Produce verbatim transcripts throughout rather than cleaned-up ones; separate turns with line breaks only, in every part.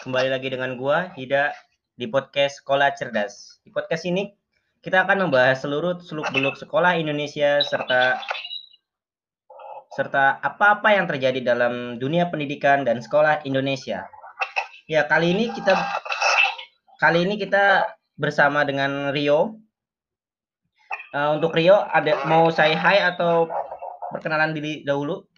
Kembali lagi dengan gua, Hida, di podcast Sekolah Cerdas. Di podcast ini, kita akan membahas seluruh seluk-beluk sekolah Indonesia serta serta apa-apa yang terjadi dalam dunia pendidikan dan sekolah Indonesia. Ya, kali ini kita kali ini kita bersama dengan Rio. Uh, untuk Rio, ada mau say hi atau perkenalan diri dahulu?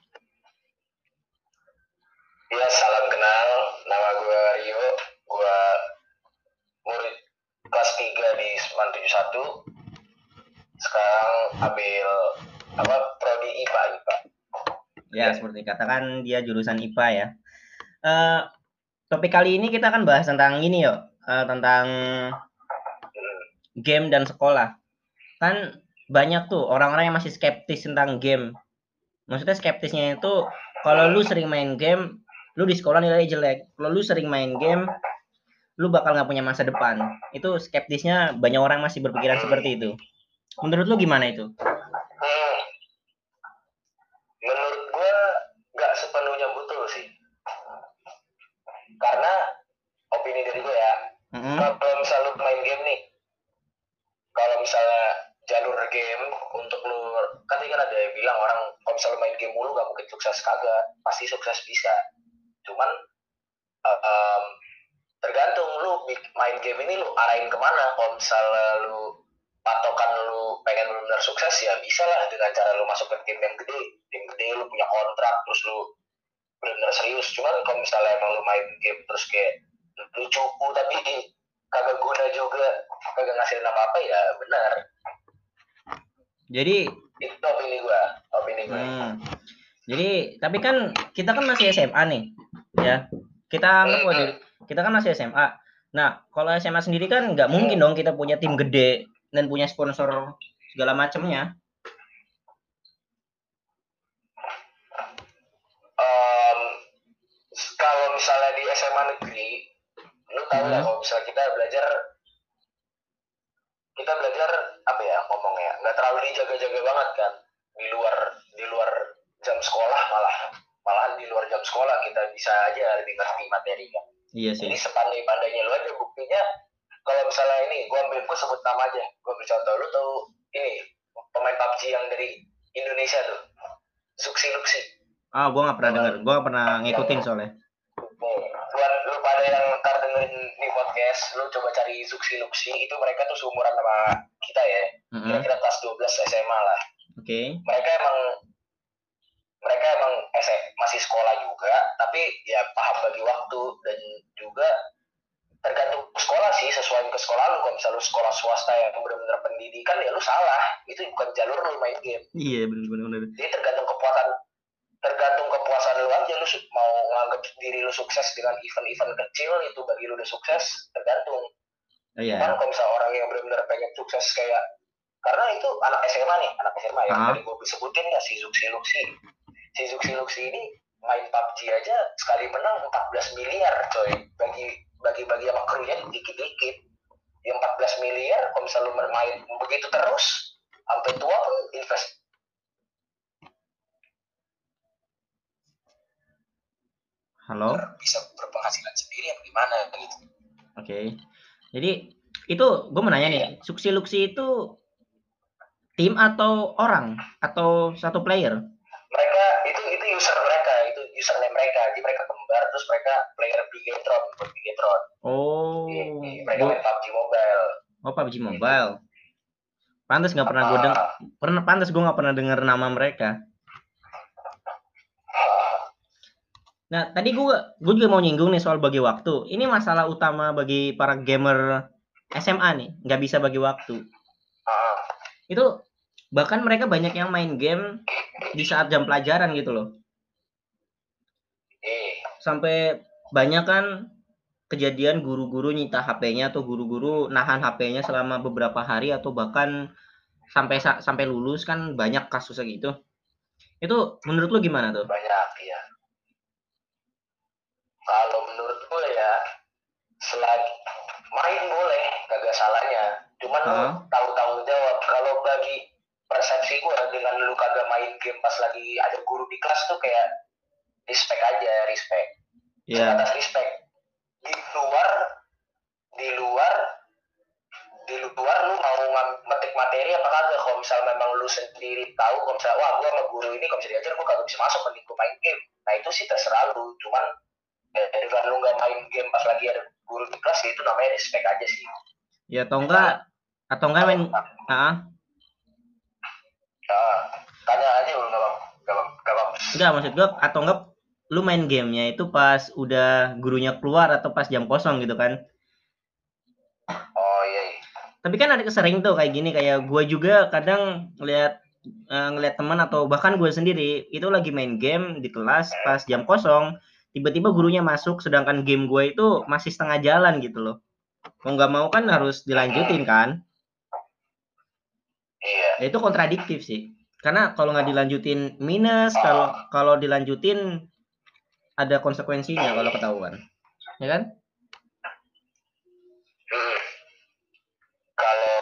Ya, salam kenal. Nama gue Rio. Gue murid kelas tiga di Seman tujuh puluh satu. Sekarang ambil apa? Prodi I P A, I P A.
Ya, ya, seperti katakan dia jurusan I P A ya. Uh, topik kali ini kita akan bahas tentang ini yuk, uh, tentang hmm. game dan sekolah. Kan banyak tuh orang-orang yang masih skeptis tentang game. Maksudnya skeptisnya itu kalau lu sering main game, lu di sekolah nilai jelek. Kalau lu sering main game, lu bakal nggak punya masa depan. Itu skeptisnya banyak orang masih berpikiran seperti itu. Menurut lu gimana itu?
Hmm. Menurut gue nggak sepenuhnya betul sih. Karena opini dari gue ya, mm-hmm. kalau misalnya lu main game nih, kalau misalnya jalur game untuk lu, kan tadi kan ada yang bilang orang kalau misalnya main game mulu gak mungkin sukses, kagak, pasti sukses bisa. Cuman uh, um, tergantung lu main game ini lu arahin kemana. Kalau misalnya lu patokan lu pengen benar-benar sukses, ya bisa lah dengan cara lu masuk ke tim yang gede, tim gede lu punya kontrak terus lu benar-benar serius. Cuman kalau misalnya emang lu main game terus kayak lu cupu tapi kagak guna juga, kagak ngasih nama apa, ya benar.
Jadi
itu opini gue, opini gue.
Hmm. Jadi tapi kan kita kan masih S M A nih, ya. Kita anggap hmm. Wajar, kita kan masih S M A. Nah, kalau S M A sendiri kan nggak mungkin hmm. dong kita punya tim gede dan punya sponsor segala macamnya.
Um, kalau misalnya di S M A negeri, lu tahu hmm. lah kalau misalnya kita belajar kita belajar apa ya ngomongnya, nggak terlalu dijaga-jaga banget kan, di luar di luar jam sekolah, malah malahan di luar jam sekolah kita bisa aja lebih ngerti materi kan.
Iya sih.
Jadi sepandai-pandainya lu aja, buktinya kalau misalnya ini gue ambil, gue sebut nama aja, gue ambil contoh, lu tahu ini pemain P U B G yang dari Indonesia tuh, Suksi Luksi.
Ah, gue nggak pernah dengar, gue nggak pernah ngikutin soalnya.
Nih, buat lu pada yang ntar dengerin nih podcast, lu coba cari Zuxi Luxi, itu mereka tuh seumuran sama kita ya, mm-hmm. kira-kira kelas dua belas S M A lah.
Oke. Okay.
Mereka emang mereka emang S M, masih sekolah juga, tapi ya paham bagi waktu, dan juga tergantung sekolah sih, sesuai ke sekolah lu. Kalau misalnya lu sekolah swasta yang benar-benar pendidikan, ya lu salah, itu bukan jalur lu main game.
Iya, benar-benar.
Jadi tergantung kepuasan tergantung kepuasan lu aja, lu mau nganggap diri lu sukses dengan event-event kecil, itu bagi lu udah sukses, tergantung.
Oh, iya.
Cuman kalau misalnya orang yang benar-benar pengen sukses kayak, karena itu anak S M A nih, anak S M A yang tadi gue sebutin ya, si Zuxi Luxi. Si Zuxi Luxi ini main P U B G aja sekali menang empat belas miliar coy, bagi bagi bagi sama krunya dikit-dikit. Yang empat belas miliar kalau misalnya lu bermain begitu terus sampai tua pun invest.
Halo?
Bisa berpenghasilan sendiri apa gimana gitu.
Oke. Okay. Jadi itu gue mau nanya nih, Suksi Luxi itu tim atau orang atau satu player?
Mereka itu itu user mereka, itu username mereka. Jadi mereka kembar, terus mereka player Bigetron, Bigetron.
Oh.
Jadi, mereka main P U B G Mobile.
Oh, P U B G Mobile. Pantes nggak pernah gue dengar, pernah pantes gue nggak pernah dengar nama mereka. Nah, tadi gue gue juga mau nyinggung nih soal bagi waktu. Ini masalah utama bagi para gamer S M A nih, nggak bisa bagi waktu.
Uh.
Itu bahkan mereka banyak yang main game di saat jam pelajaran gitu loh.
Uh.
Sampai banyak kan kejadian guru-guru nyita H P-nya atau guru-guru nahan H P-nya selama beberapa hari atau bahkan sampai sampai lulus, kan banyak kasusnya gitu. Itu menurut lu gimana tuh?
Banyak ya. Kalau menurut gue ya, selagi main boleh, kagak salahnya. Cuman uh. lu tahu tanggung jawab. Kalau bagi persepsi gue, dengan lu kagak main game pas lagi ada guru di kelas tuh kayak respect aja, respect.
Yeah.
Atas respect. luar di luar lu mau metik materi apa kagak. Kalau misal memang lu sendiri tahu kalau misal wah gue sama guru ini kalau bisa diajar gue kagak bisa masuk mending gue main game, nah itu sih terserah lu. Cuman eh, dengan lu nggak main game pas lagi ada guru di kelas itu namanya respect aja sih
ya. Atau enggak atau enggak main ah
uh, tanya aja lu nggak nggak nggak
enggak maksud gue atau enggak lu main gamenya itu pas udah gurunya keluar atau pas jam kosong gitu kan.
Oh iya, iya.
Tapi kan ada sering tuh kayak gini, kayak gue juga kadang ngeliat uh, ngeliat teman atau bahkan gue sendiri itu lagi main game di kelas pas jam kosong, tiba-tiba gurunya masuk sedangkan game gue itu masih setengah jalan gitu loh. Mau nggak mau kan harus dilanjutin kan.
Iya.
Ya, itu kontradiktif sih. Karena kalau nggak dilanjutin minus, kalau kalau dilanjutin ada konsekuensinya kalau ketahuan. Ya kan?
Hmm. Kalau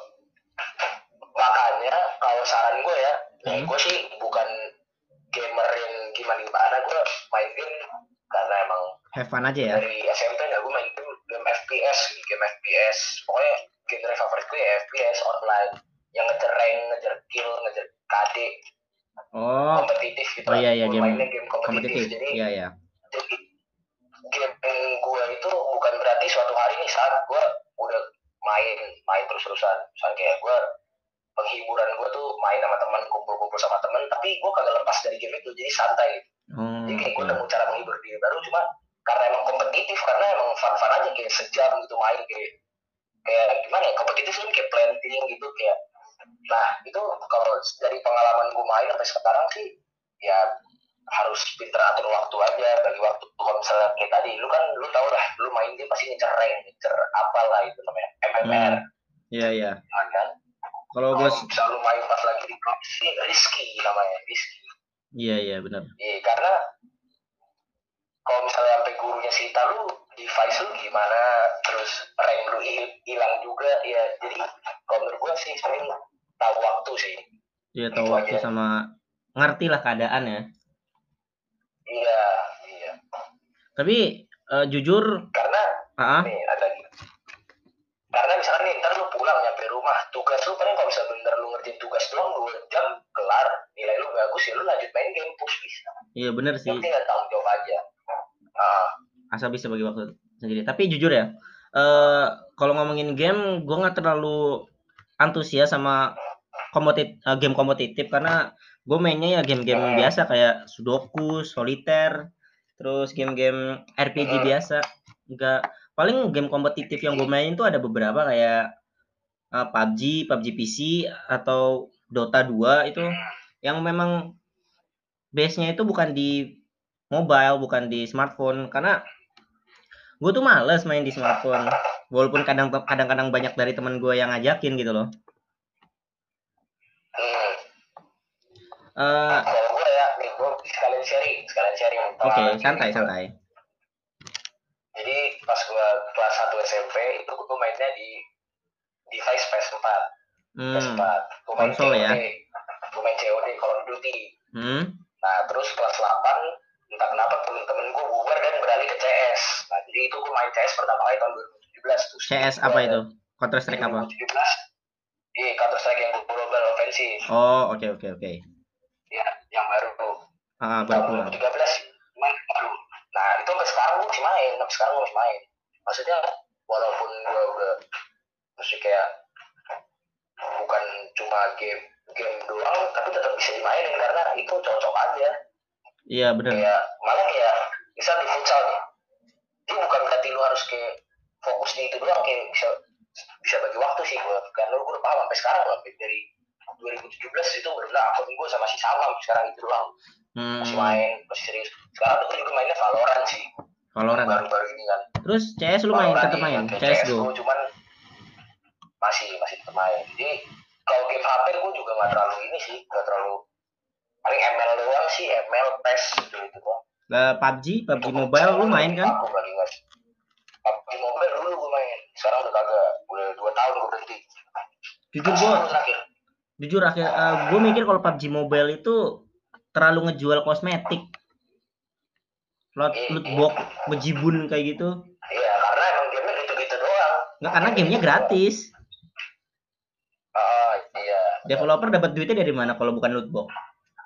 makanya kalau saran gue ya, hmm. gue sih bukan gamer yang gimana-gimana, gue main game karena emang
have fun aja ya.
Dari S M P ya gue main game, game F P S, game F P S. Pokoknya genre favorit gue ya F P S online, yang ngejar rank, ngejar kill, ngejar K D.
Oh.
Kompetitif gitu.
Oh iya iya,
gue
game
mainnya game kompetitif.
kompetitif.
Jadi
iya iya.
Jadi game gue itu bukan berarti suatu hari nih saat gue udah main main terus-terusan. Misalnya kayak gue penghiburan gue tuh main sama teman, kumpul-kumpul sama teman, tapi gue kagak lepas dari game itu, jadi santai.
Hmm,
jadi kayak
okay.
gue nemu cara menghibur diri baru, cuma karena emang kompetitif, karena emang fun-fun aja kayak sejam gitu main kayak kayak gimana ya, kompetitif kan kayak planting gitu kayak. Nah itu kalau dari pengalaman gue main sampai sekarang sih ya harus pinter atur waktu aja, bagi waktu. Kalau misalnya kayak tadi lu kan lu tau lah, lu main dia pasti ngecer rank, ngecer apalah itu namanya M M R.
Hmm, iya iya.
Nah, kan
kalau gue
selalu main pas lagi di klub sih risky namanya, risky.
Iya iya benar.
Iya karena kalau misalnya sampai gurunya cerita lu device lu gimana, terus rank lu hilang juga ya. Jadi kalau menurut gue sih sering tahu waktu sih.
Iya tahu gitu waktu aja. Sama ngerti lah keadaan ya.
Iya iya.
Tapi uh, jujur
karena
uh-uh.
nih ada lagi. Karena misalkan nih ntar lu pulang nyampe rumah, tugas lu paling kalau misalnya bener lu ngerjain tugas doang dua jam kelar, nilai lu bagus ya lu lanjut main game push bisa.
Iya bener sih.
Yang tinggal tanggung jawab aja. Uh.
Asal bisa bagi waktu sendiri. Tapi jujur ya, uh, kalau ngomongin game, gue nggak terlalu antusias sama kompetit uh, game kompetitif karena gue mainnya ya game-game uh. biasa kayak Sudoku, Solitaire, terus game-game R P G uh. biasa. Enggak, paling game kompetitif yang gue mainin tuh ada beberapa kayak uh, P U B G, P U B G P C atau Dota dua itu yang memang base-nya itu bukan di mobile, bukan di smartphone, karena gue tuh males main di smartphone walaupun kadang kadang-kadang banyak dari teman gue yang ngajakin gitu loh.
Hmm. Uh, kalau gue ya nih gue sekalian sharing sekalian sharing
oke okay, santai gue. santai
jadi pas gue kelas satu S M P itu gue mainnya di device P S empat.
hmm.
P S empat gue main
konsol ya,
gue main C O D Call of Duty.
hmm.
Nah terus kelas delapan entah kenapa temen-temen gue bubar dan beralih ke C S. Nah jadi itu gue main C S pertama kali tahun dua ribu tujuh belas tuh.
C S apa itu? Counter Strike apa?
dua ribu tujuh belas Iya Counter Strike yang Global Offensive.
Oh oke okay, oke okay, oke okay.
Ya yang baru tuh.
Ah baru
dua ribu tiga belas main baru. Nah itu sampai sekarang gue masih main, sampai sekarang gue masih main. Maksudnya walaupun gue udah masih kayak bukan cuma game game doang, tapi tetap bisa dimainin karena itu cocok aja.
Iya benar.
Kayak malah kayak bisa di futsal nih. Itu bukan berarti lu harus kayak fokus di itu doang, kayak bisa bisa bagi waktu sih gue. Karena lu gue udah paham sampai sekarang loh, dari dua ribu tujuh belas itu benar-benar akun gue sama si sama sekarang itu doang. Hmm. Masih main, masih serius. Sekarang tuh gue juga mainnya Valorant sih.
Valorant.
Baru-baru ini kan.
Terus C S lu main, tetap main?
C S gue cuman masih masih tetap main. Jadi kalau game H P gue juga nggak terlalu ini sih, nggak terlalu. Paling M L doang sih, M L, P E S gitu gitu doang.
Nah, P U B G, P U B G Mobile lu main kan?
Aku lagi nggak. P U B G Mobile dulu gue main, sekarang udah kagak, udah dua tahun gue berhenti.
Jujur gue, jujur akhir, uh, gue mikir kalau P U B G Mobile itu terlalu ngejual kosmetik, loot, loot box, bejibun kayak gitu.
Iya, karena emang game gitu-gitu doang.
Nggak, karena gamenya gratis.
Ah, iya.
Developer dapat duitnya dari mana kalau bukan loot box?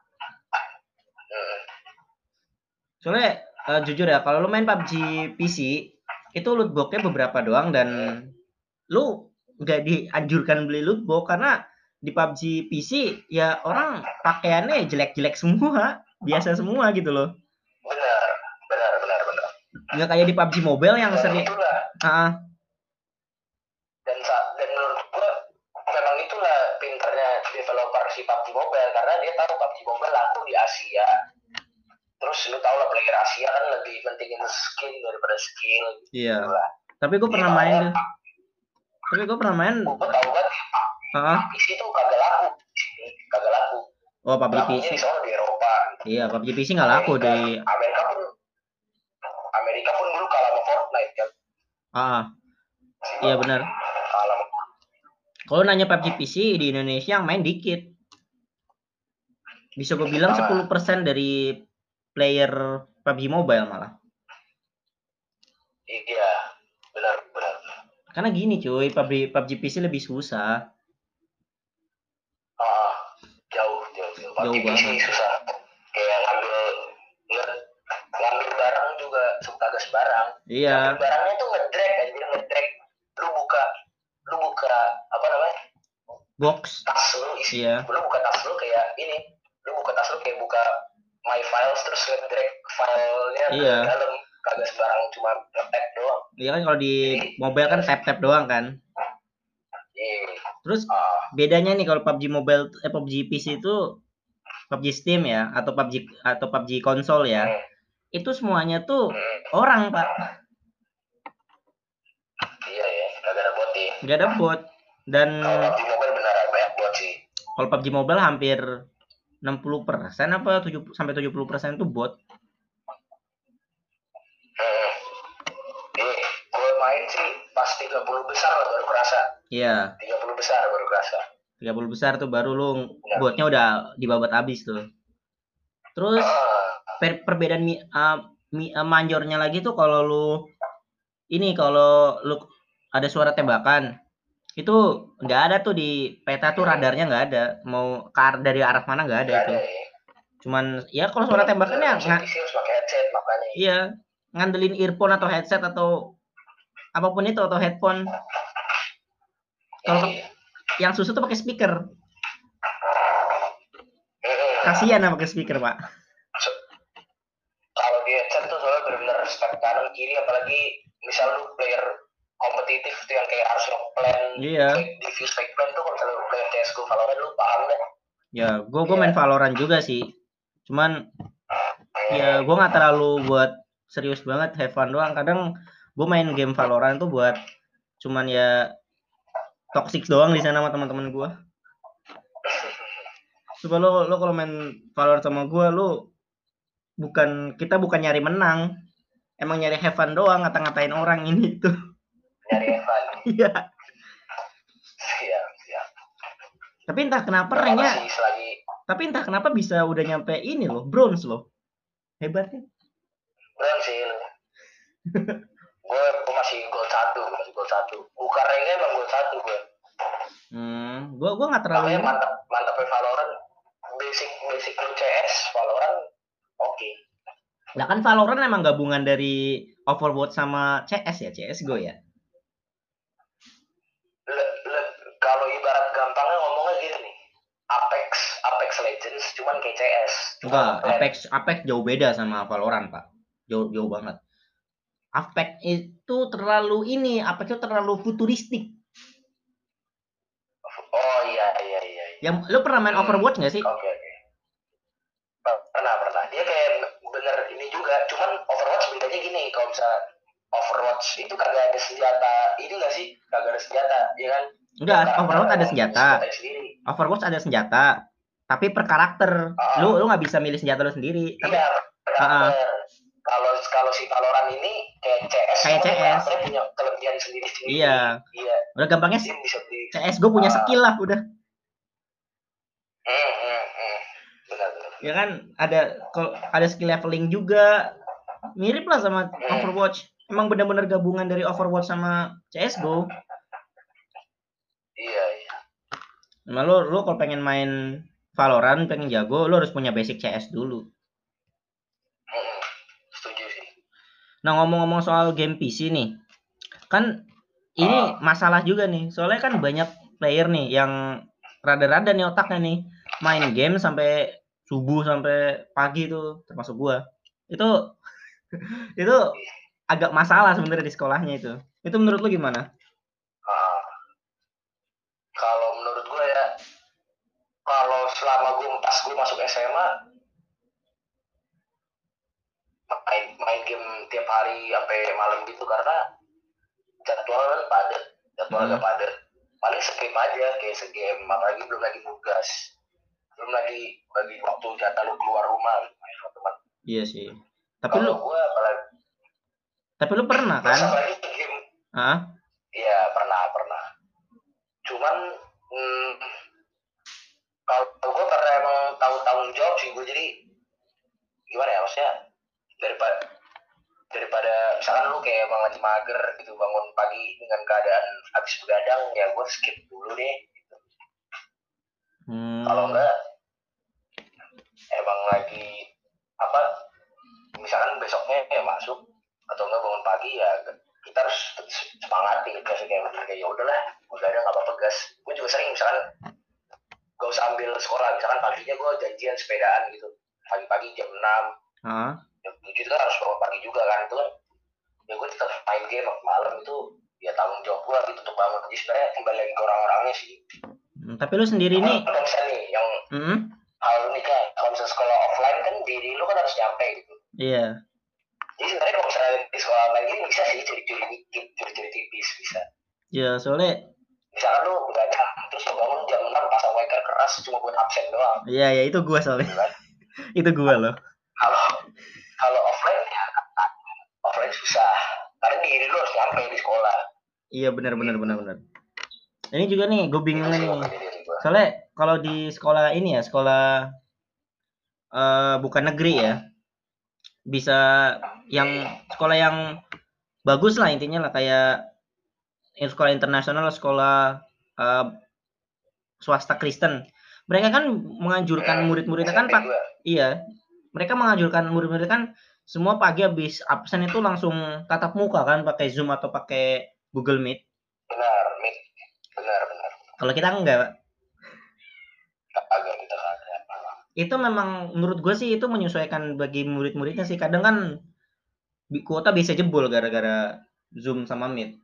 Hmm.
Soalnya uh, jujur ya, kalau lu main P U B G P C itu loot box-nya beberapa doang dan hmm. lu nggak dianjurkan beli loot box karena di P U B G P C ya orang pakaiannya jelek-jelek semua, biasa semua gitu loh.
Benar, benar, benar, benar.
Nggak kayak di P U B G Mobile yang
dan
sering.
Uh, dan dan menurut gua memang itulah pinternya developer si P U B G Mobile karena dia tahu P U B G Mobile laku di Asia. Terus lu tau lah player Asia kan lebih pentingin skin daripada skill.
Iya. Gitu lah. Tapi gue pernah main tuh. Tapi gue pernah main.
Gue tau kan uh-huh. P C tuh kagak laku. Kagak laku.
Oh, P U B G P C.
Di sana di Eropa.
Iya, P U B G P C nggak laku di
Amerika pun. Amerika pun dulu kalah sama Fortnite kan.
Ah. Iya benar. Kalau nanya P U B G P C di Indonesia yang main dikit. Bisa gue bilang sepuluh persen dari player P U B G Mobile malah.
Iya, benar, benar.
Karena gini cuy, P U B G, P U B G P C lebih susah.
Ah, jauh, jauh, jauh. P U B G P C susah. Kayak ngambil ngambil barang juga suka agak sembarang.
Iya.
Ngambil barangnya tuh ngedrag aja, ngedrag. Lu buka, lu buka apa namanya?
Box.
Tas lu isi.
Iya.
Lu buka tas lu kayak ini. Lu buka tas lu kayak buka my files terus ngedrag filenya
iya.
ke dalam. Kagak sembarang cuma nge-tap doang.
Iya kan kalau di jadi, mobile kan tap-tap doang kan.
Iya.
Terus uh, bedanya nih kalau P U B G Mobile eh P U B G P C itu P U B G Steam ya atau P U B G atau P U B G konsol ya. Hmm. Itu semuanya tuh hmm. orang, Pak.
Iya ya, kagak ada bot ya.
Enggak ada bot. Dan
kalau P U B G Mobile benar banyak bot sih.
Kalau P U B G Mobile hampir enam puluh persen apa tujuh puluh sampai tujuh puluh persen itu bot.
Hmm. Nih, gue main sih pas tiga puluh besar lah baru kerasa.
Iya.
tiga puluh besar baru kerasa.
tiga puluh besar tuh baru lu ya. Botnya udah dibabat habis tuh. Terus uh. per perbedaan mi, uh, mi, uh, manjornya lagi tuh kalau lu ini kalau lu ada suara tembakan itu nggak ada tuh di peta tuh radarnya nggak ada. Mau ke arah dari arah mana nggak ada gak itu. Ada, ya. Cuman ya kalau suara tembakannya nggak. Iya. Ngandelin earphone atau headset atau apapun itu atau headphone. Kalau iya. Yang susah tuh pakai speaker. Kasihan lah pakai speaker, Pak.
Kalau di headset tuh soalnya benar-benar spek kanan kiri apalagi misal lu player kompetitif tuh yang kayak harus nge-plan
iya.
Diffuse fake plan tuh kalau misalnya player C S G O Valorant lu paham deh.
Ya, gue gue main Valorant juga sih. Cuman ya gue nggak terlalu buat serius banget, have fun doang. Kadang gue main game Valorant tuh buat cuman ya toxic doang di sana sama teman-teman gue. Coba lo lo kalau main Valorant sama gue lo bukan kita bukan nyari menang, emang nyari have fun doang, ngata-ngatain orang ini itu.
Nyari have fun.
Iya.
Siap, siap.
Tapi entah kenapa ranknya. Tapi entah kenapa bisa udah nyampe ini loh, bronze loh. Hebatnya.
Bronze sih. gue gue masih gold satu, masih gold satu. Bukan ranknya emang gold satu gue.
Hmm, gue gue nggak terlalu.
Makanya mantap mantapnya Valorant. Basic basic lu C S Valorant oke. Okay.
Nah kan Valorant emang gabungan dari Overwatch sama C S ya, C S G O ya.
Le, le, kalau ibarat gampangnya ngomongnya gitu nih. Apex Apex Legends cuman kayak C S.
Enggak, Apex Apex jauh beda sama Valorant, Pak. Jauh jauh banget. Apex itu terlalu ini, Apex itu terlalu futuristik.
Oh iya iya iya.
Yang lu pernah main hmm. Overwatch nggak sih?
Oke okay, oke. Okay. Pernah pernah. Dia kayak bener ini juga. Cuman Overwatch bedanya gini, kalau misalnya Overwatch itu kagak ada senjata, ini nggak sih? Kagak ada senjata, ya kan?
Enggak, Overwatch ada senjata. Overwatch ada senjata, tapi per karakter. Uh, lu lu nggak bisa milih senjata lu sendiri.
Iya. Tapi, uh, kalau kalau si Valorant ini kayak C S,
kayak C S
punya kelebihan sendiri-sendiri.
Iya.
Iya.
Udah gampangnya C S gue punya uh, skill lah udah.
Hmm, hmm, hmm. Benar, benar.
Ya kan ada kalau ada skill leveling juga mirip lah sama hmm. Overwatch. Emang benar-benar gabungan dari Overwatch sama C S G O. Nah, lu lu kalau pengen main Valorant, pengen jago, lu harus punya basic C S dulu.
Hmm, setuju sih.
Nah, ngomong-ngomong soal game P C nih, kan ini
Ah.
masalah juga nih. Soalnya kan banyak player nih yang rada-rada nih otaknya nih, main game sampai subuh sampai pagi tuh, termasuk gua. Itu itu agak masalah sebenarnya di sekolahnya itu. Itu menurut lu gimana?
Ah. Kalau menurut gue ya, kalau selama gue pas gue masuk S M A main main game tiap hari sampai malam gitu karena jadwal kan padat, jadwal
Hmm.
agak padat. Paling skip aja kayak segame, apalagi belum lagi tugas, belum lagi bagi waktu jatah lu keluar rumah gitu main sama teman.
Iya sih. Tapi lu
Kalau gue apalagi
tapi lu pernah
terus
kan?
apalagi game,
Hah?
iya pernah pernah. Cuman hmm, kalau gue karena emang tahu tanggung jawab sih gue, jadi gimana ya maksudnya, daripada daripada misalkan lu kayak emang lagi mager gitu bangun pagi dengan keadaan habis begadang, ya gue skip dulu deh gitu.
Hmm.
Kalau enggak emang lagi apa, misalkan besoknya ya masuk atau enggak bangun pagi, ya kita harus semangat nih gas kayak kayak ya udahlah begadang nggak apa-apa gas. Gue juga sering misalkan gak usah ambil sekolah, misalkan paginya gue janjian sepedaan gitu pagi-pagi jam enam,
Hah?
jam tujuh itu kan harus bangun pagi juga kan, itu kan ya gue tetap main game malam itu, ya tanggung jawab gue gitu untuk bangun. Jadi sebenarnya kembali lagi ke orang-orangnya sih.
Hmm, tapi lu sendiri nih,
Kalau misalnya nih yang
hmm?
hal unik kan, kalau misalnya sekolah offline kan diri lu kan harus nyampe gitu.
Iya.
Jadi sebenarnya kalau misalnya di sekolah online ini bisa sih curi-curi dikit, curi-curi tipis bisa.
Ya, soalnya
Misalkan lu begadang, terus lu bangun jam enam pasang waker keras cuma buat absen doang.
iya ya itu gua soalnya.
Gitu kan?
Itu gua loh.
Kalau kalau offline ya offline susah. Karena diri lu harus nyampe di sekolah.
Iya benar benar benar benar. Ini juga nih gue bingung
Itu sih
nih.
yang terjadi di gua.
Soalnya kalau di sekolah ini ya, sekolah eh, bukan negeri ya, bisa yang sekolah yang bagus lah intinya lah, kayak sekolah internasional, sekolah eh, swasta Kristen. Mereka kan menganjurkan murid-muridnya kan pak, iya, mereka menganjurkan murid-murid kan semua pagi habis absen itu langsung tatap muka kan, pakai Zoom atau pakai Google Meet.
Benar, Meet. Benar, benar.
Kalau kita enggak, Pak.
Agak kita kagak.
Itu memang menurut gue sih itu menyesuaikan bagi murid-muridnya sih. Kadang kan bi- kuota bisa jebol gara-gara Zoom sama Meet.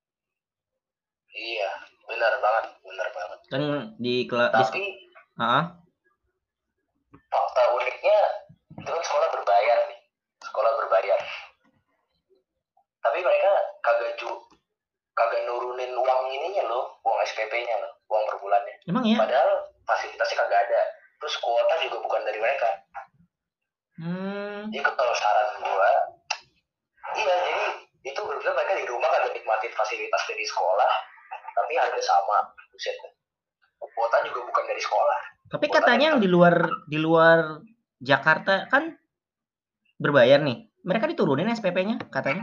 Iya, benar banget, benar banget.
Kan di kelas di
Tapi
ah,
fakta uniknya itu kan sekolah berbayar nih, sekolah berbayar. Tapi mereka kagak ju, kagak nurunin uang ininya loh, uang S P P-nya loh, uang per bulannya.
emang ya?
Padahal fasilitasnya kagak ada. Terus kuota juga bukan dari mereka.
Hmm.
Jadi kalau saran gua, iya jadi itu berarti mereka di rumah kagak nikmatin fasilitas dari sekolah, tapi harga sama. Buset. Kuota juga bukan dari sekolah.
Tapi
Kuota
katanya yang di luar di luar Jakarta kan berbayar nih. Mereka diturunin S P P-nya katanya.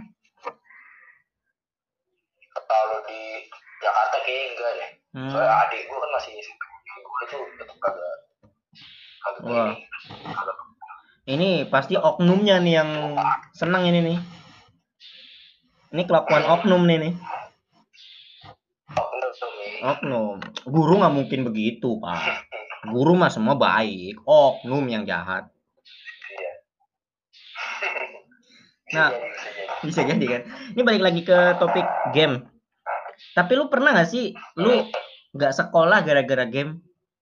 Kalau di Jakarta kayaknya enggak deh. Hmm. Soalnya adik gue kan masih gue itu tetap kagak kagak ini. Kagak.
Ini pasti oknumnya nih yang senang ini nih. Ini kelakuan oknum nih nih.
Oknum tuh nih.
Oknum. Guru nggak mungkin begitu, Pak. Guru mah semua baik. Oknum yang jahat.
Iya.
Nah, bisa jadi kan. Ini balik lagi ke topik game. Tapi lu pernah nggak sih lu nggak sekolah gara-gara game?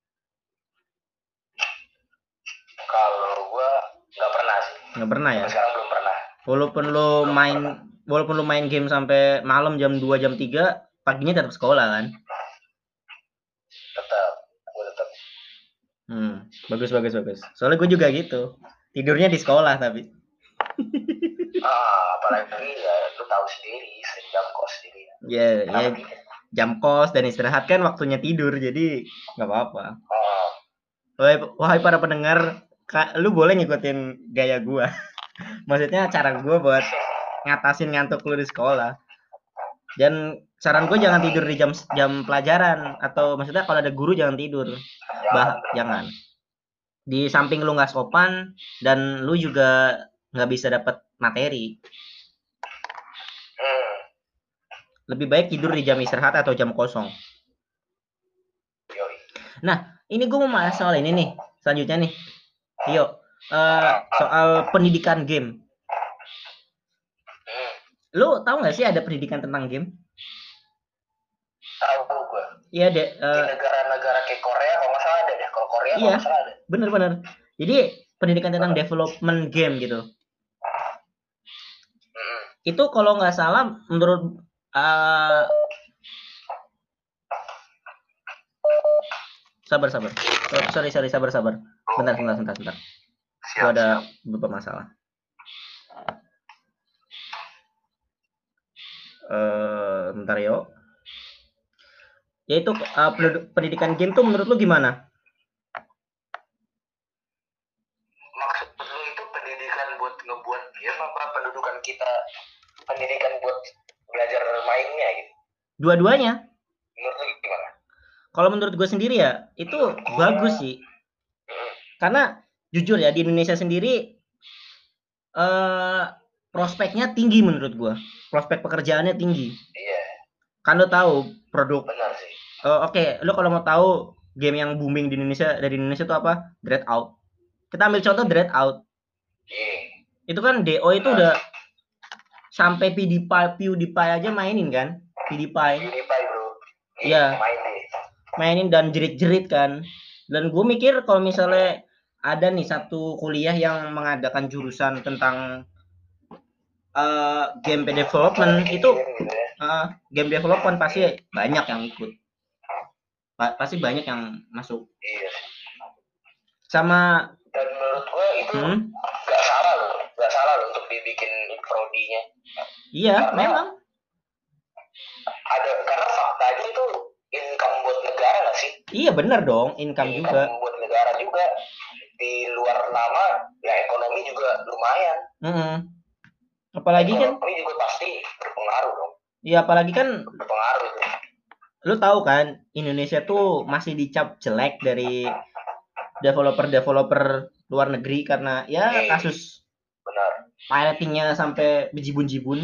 Kalau gua nggak pernah sih.
Nggak pernah ya?
Sekarang belum pernah.
Walaupun lu belum main pernah. Walaupun lu main game sampai malam jam dua jam tiga, paginya tetap sekolah kan?
Tetap, gua tetap.
Hmm, bagus bagus bagus. Soalnya gue juga gitu. Tidurnya di sekolah tapi.
Ah, apalagi ya lu tahu sendiri, sering jam kos sendiri.
Ya, yeah, ya. Jam kos dan istirahat kan waktunya tidur, jadi nggak apa-apa.
Oh.
Wahai, wahai para pendengar, Kak, lu boleh ngikutin gaya gua. Maksudnya cara gua buat ngatasin ngantuk lu di sekolah. Dan saran gue jangan tidur di jam jam pelajaran, atau maksudnya kalau ada guru jangan tidur. Bah, jangan. Di samping lu nggak sopan dan lu juga nggak bisa dapat materi. Lebih baik tidur di jam istirahat atau jam kosong. Nah, ini gue mau bahas soal ini nih. Selanjutnya nih. Yuk, uh, soal pendidikan game. Lu tahu nggak sih ada pendidikan tentang game?
Tahu gue.
Iya deh.
Uh, di negara-negara kayak Korea kalau nggak salah ada deh. Kalau Korea
iya,
kalau nggak salah ada.
Bener-bener. Jadi pendidikan tentang development game gitu. Hmm. Itu kalau nggak salah menurut uh, sabar sabar. Oh, sorry sorry sabar sabar. Bentar bentar bentar bentar. Gue ada beberapa masalah. Uh, bentar yo. Yaitu uh, pendidikan game tuh menurut lu gimana?
Maksud lu itu pendidikan buat ngebuat game apa pendidikan kita pendidikan buat belajar mainnya gitu?
Dua-duanya.
Menurut lu gimana?
Kalau menurut gue sendiri ya itu menurut bagus sih. Hmm. Karena jujur ya di Indonesia sendiri uh, prospeknya tinggi menurut gue. Prospek pekerjaannya tinggi. Iya. Kan lo tahu produk. Benar sih. Uh, Oke, okay. Lo kalau mau tahu game yang booming di Indonesia dari Indonesia itu apa? Dread Out. Kita ambil contoh Dread Out. Iya. Itu kan D O itu benar. Udah sampai PewDiePie, PewDiePie aja mainin kan? PewDiePie. PewDiePie bro. Iya. Mainin. Mainin dan jerit-jerit kan. Dan gue mikir kalau misalnya ada nih satu kuliah yang mengadakan jurusan tentang uh, game development itu uh, game development pasti banyak yang ikut, pa pasti banyak yang masuk. Iya. Sama. Dan menurut gue itu hmm? gak salah loh, gak salah loh untuk dibikin prodinya. Iya, karena memang. Ada karena faktanya itu income buat negara nggak sih? Iya benar dong, income, income juga. Income buat negara juga. Di luar nama ya ekonomi juga lumayan. Mm-hmm. Apalagi ekonomi kan ekonomi juga pasti berpengaruh dong. Iya apalagi kan berpengaruh itu. Lu tahu kan Indonesia tuh masih dicap jelek dari developer-developer luar negeri karena ya hmm. kasus benar piratingnya sampai bejibun-jibun.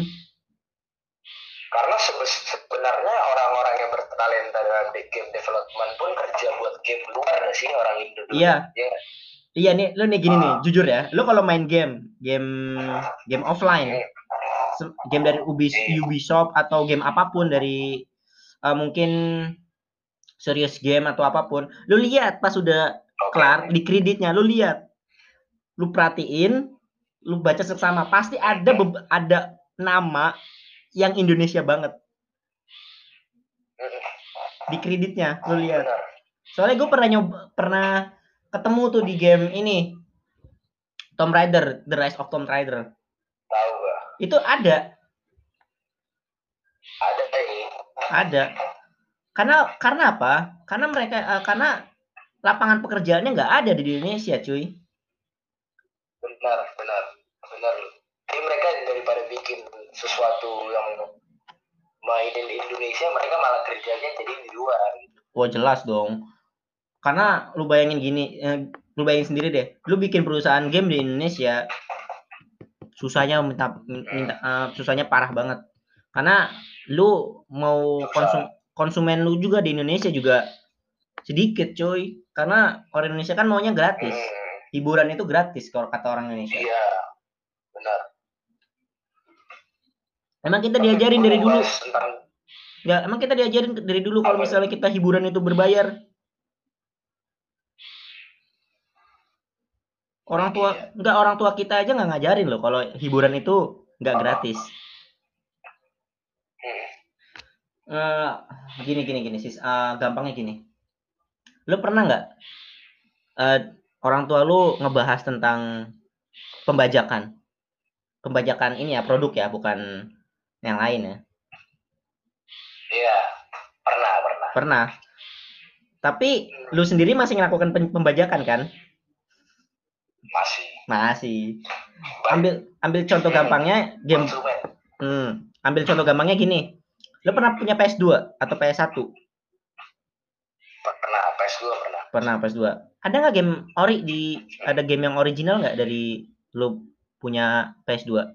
Karena sebenarnya orang-orang yang bertalenta dalam game development pun kerja buat game luar nggak sih orang Indonesia? Iya. Ya. Iya nih, lu nih gini uh. nih, jujur ya, lu kalau main game, game game offline, game dari Ubis, Ubisoft atau game apapun dari uh, mungkin serious game atau apapun, lu lihat pas udah kelar di kreditnya, lu lihat, lu perhatiin, lu baca seksama, pasti ada ada nama yang Indonesia banget di kreditnya, lu lihat. Soalnya gue pernah nyoba, pernah ketemu tuh di game ini Tomb Raider, The Rise of Tomb Raider. Tahu gak? Itu ada. Ada ini. Ada. Karena karena apa? Karena mereka uh, karena lapangan pekerjaannya nggak ada di Indonesia, cuy. Benar, benar, benar. Jadi mereka daripada bikin sesuatu yang mainin Indonesia, mereka malah kerjanya jadi di luar. Wah jelas dong. Karena lu bayangin gini, eh, lu bayangin sendiri deh, lu bikin perusahaan game di Indonesia, susahnya minta, minta uh, susahnya parah banget. Karena lu mau konsum, konsumen lu juga di Indonesia juga sedikit, coy. Karena orang Indonesia kan maunya gratis, hiburan itu gratis kalau kata orang Indonesia. Iya, benar. Emang kita diajarin dari dulu? Ya, emang kita diajarin dari dulu kalau misalnya kita hiburan itu berbayar. Orang tua, iya. Enggak, orang tua kita aja nggak ngajarin loh kalau hiburan itu nggak gratis. Uh, gini gini gini sis, uh, gampangnya gini. Lu pernah nggak uh, orang tua lu ngebahas tentang pembajakan, pembajakan ini ya produk ya, bukan yang lain ya? Iya, pernah pernah. Pernah. Tapi lu sendiri masih melakukan pembajakan kan? Masih. Masih. Ambil ambil contoh gampangnya game. Hmm, ambil contoh gampangnya gini. Lo pernah punya P S dua atau P S satu?
Pernah, P S dua pernah.
Pernah P S dua. Ada nggak game ori di ada game yang original nggak dari lo punya P S dua?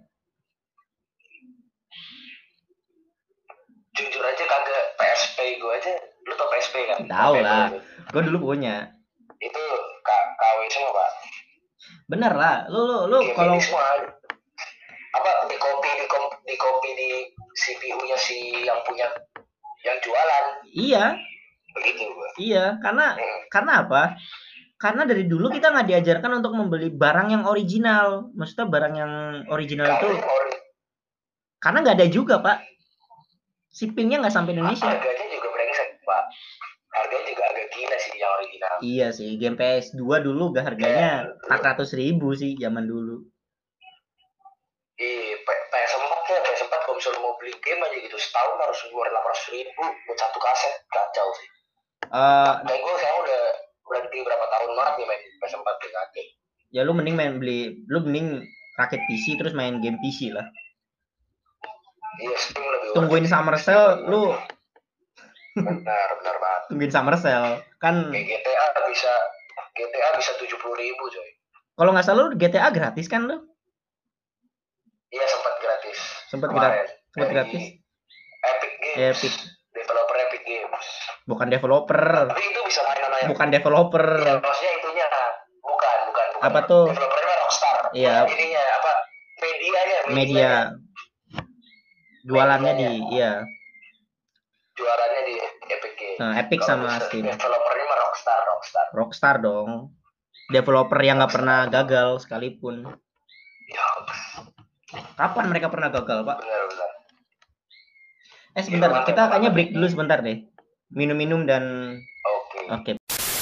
Jujur aja kagak. P S P gue aja, lu tau P S P kan?
Tahu lah, gue dulu punya.
Itu K W semua pak.
Bener lah, lu lu lu kalau
apa di copy di di copy di C P U-nya si yang punya yang jualan.
Iya.
Begitu gua.
Iya, karena hmm. karena apa? Karena dari dulu kita nggak diajarkan untuk membeli barang yang original. Maksudnya barang yang original Kalo itu ori karena nggak ada juga pak. Shippingnya nggak sampai Indonesia.
Harganya juga brengsek pak. Harganya juga agak gila sih yang original.
Iya sih, game P S dua dulu gak harganya empat ratus ribu sih zaman dulu.
Iya, P S empat ya, P S empat kalau misalnya mau beli game aja gitu setahun harus keluar delapan ratus ribu buat satu kaset, kacau sih. Uh, Dan gue sekarang udah berhenti berapa tahun banget nih main P S empat di kaget.
Ya lu mending main beli, lu mending rakit P C terus main game P C lah.
Iya, Steam lebih.
Tungguin summer sale, lu.
Benar, benar banget.
Tungguin summer sale, kan.
Kayak G T A bisa, G T A bisa tujuh puluh ribu coy.
Kalau nggak salah lu G T A gratis kan lu?
Iya sempat gratis.
Sempat gratis. Sempat gratis.
Epic Games.
Epic.
Developer Epic Games.
Bukan developer.
Tapi itu bisa mainan aja.
Bukan developer.
Ya, maksudnya itunya. Bukan, bukan, bukan.
Apa tuh?
Developernya Rockstar.
Iya.
Ininya apa? Medianya.
Media. media. Jualannya media. di, iya.
Jualannya di Epic Games.
Nah, Epic Kalo sama Steam.
Developernya mah Rockstar, Rockstar.
Rockstar dong. Developer yang nggak pernah gagal sekalipun.
Ya.
Kapan mereka pernah gagal, Pak?
Benar, benar.
Eh sebentar, ya, kita kayaknya break dulu sebentar deh. Minum-minum dan
Oke. Okay.
Oke. Okay.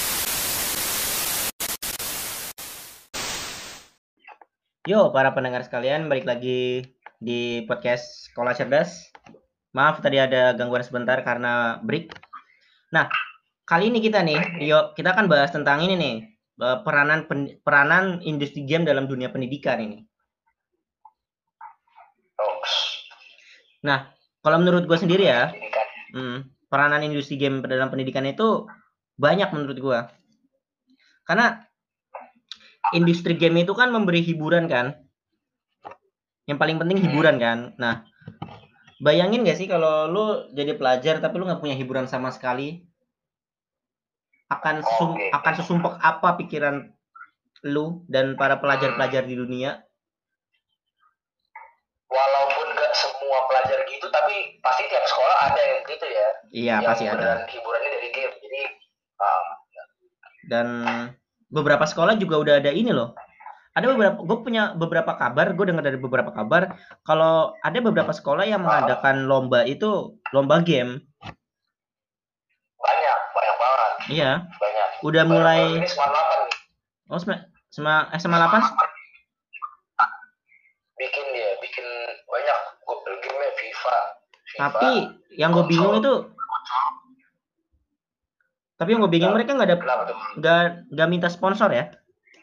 Yo, para pendengar sekalian, balik lagi di podcast Sekolah Cerdas. Maaf tadi ada gangguan sebentar karena break. Nah, kali ini kita nih, Rio, kita akan bahas tentang ini nih, peranan pen, peranan industri game dalam dunia pendidikan ini. Nah, kalau menurut gue sendiri ya, hmm, peranan industri game dalam pendidikan itu banyak menurut gue. Karena industri game itu kan memberi hiburan kan. Yang paling penting hiburan kan. Nah, bayangin gak sih kalau lu jadi pelajar tapi lu gak punya hiburan sama sekali? Akan sesum, akan sesumpek apa pikiran lu dan para pelajar-pelajar di dunia?
Walaupun gak semua pelajar gitu, tapi pasti tiap sekolah ada yang gitu ya.
Iya, yang pasti ada.
Hiburannya dari game. Jadi, um,
dan beberapa sekolah juga udah ada ini loh. Ada beberapa, gue punya beberapa kabar, gue dengar dari beberapa kabar, kalau ada beberapa sekolah yang mengadakan lomba itu, lomba game.
Banyak, banyak banget.
Iya.
Banyak.
Udah mulai.
Ini S M A delapan nih.
Oh, S M A S M A delapan?
Bikin dia, bikin banyak game-nya FIFA. FIFA.
Tapi yang gue bingung itu, tapi yang gue bingung mereka nggak ada, nggak nggak minta sponsor ya?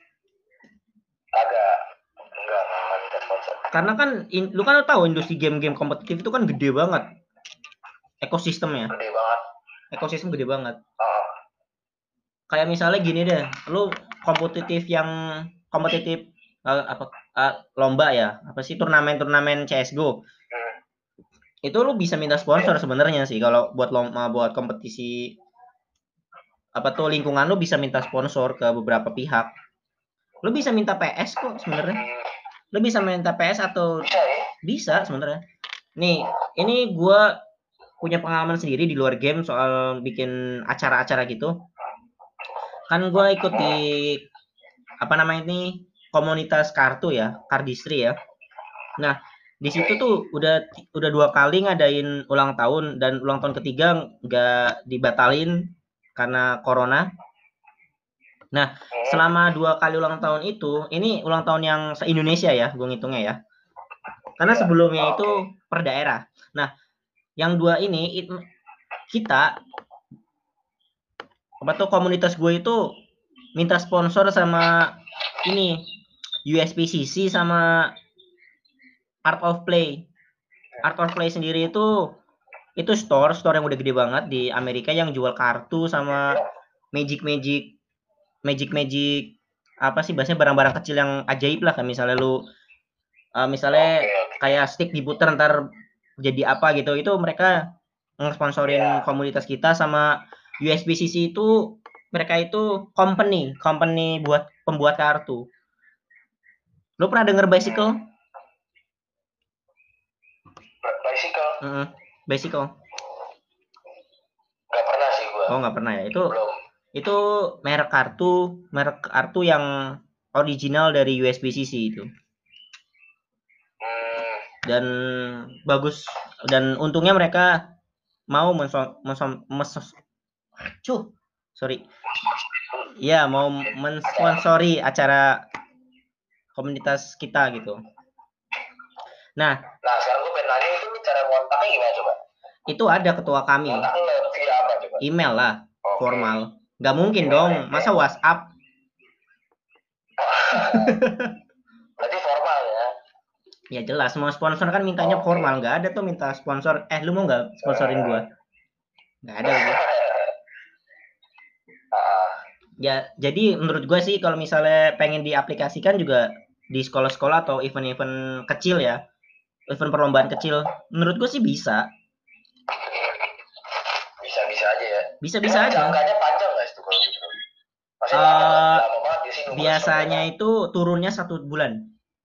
Agak, enggak nggak minta sponsor.
Karena kan, in, lu kan tahu industri game-game kompetitif itu kan gede banget, ekosistemnya.
Gede banget.
Ekosistem gede banget.
Oh.
Kayak misalnya gini deh, lu kompetitif yang kompetitif uh, apa uh, lomba ya, apa sih turnamen-turnamen C S G O. Hmm. Itu lu bisa minta sponsor sebenarnya sih kalau buat lomba, buat kompetisi apa tuh lingkungan lu bisa minta sponsor ke beberapa pihak. Lu bisa minta P S kok sebenarnya. Lu bisa minta P S atau
bisa, ya?
Bisa sebenarnya. Nih, ini gua punya pengalaman sendiri di luar game soal bikin acara-acara gitu. Kan gua ikut di apa namanya ini komunitas kartu ya, Cardistry ya. Nah, di situ tuh udah udah dua kali ngadain ulang tahun dan ulang tahun ketiga nggak dibatalin karena corona. Nah, selama dua kali ulang tahun itu, ini ulang tahun yang se-Indonesia ya, gue ngitungnya ya. Karena sebelumnya itu per daerah. Nah, yang dua ini, it, kita, apa tuh komunitas gue itu minta sponsor sama ini, U S P C C sama Art of Play. Art of Play sendiri itu itu store store yang udah gede banget di Amerika yang jual kartu sama magic magic magic magic apa sih bahasanya barang-barang kecil yang ajaib lah, kayak misalnya lu uh, misalnya kayak stick diputer ntar jadi apa gitu, itu mereka ngesponsorin komunitas kita. Sama U S B C C itu mereka itu company company buat pembuat kartu. Lu pernah denger Bicycle?
Bicycle?
Mm -hmm. Bicycle?
Gak pernah sih gua.
Oh nggak pernah ya? Itu
belum.
Itu merek kartu merek kartu yang original dari U S B C C itu.
Hmm.
Dan bagus, dan untungnya mereka mau mensom mensom mesos cuh sorry ya mau mensponsori acara komunitas kita gitu. Nah,
nah sekarang gue pengen nanya, itu cara kontaknya gimana coba?
Itu ada ketua kami.
Kontaknya via apa coba?
Email lah, okay. Formal. Nggak mungkin email dong, ya, masa WhatsApp?
Berarti formal ya?
Ya jelas, mau sponsor kan mintanya okay. Formal. Nggak ada tuh minta sponsor, eh lu mau nggak sponsorin gua? Nggak ada gitu. Ya, jadi menurut gue sih kalau misalnya pengen diaplikasikan juga di sekolah-sekolah atau event-event kecil ya, event perlombaan kecil, menurut gue sih bisa.
Bisa-bisa aja ya?
Bisa-bisa aja.
Jangkanya panjang nggak itu kalau gitu? Masih
uh,
lama, lama banget di sini.
Biasanya itu turunnya satu bulan.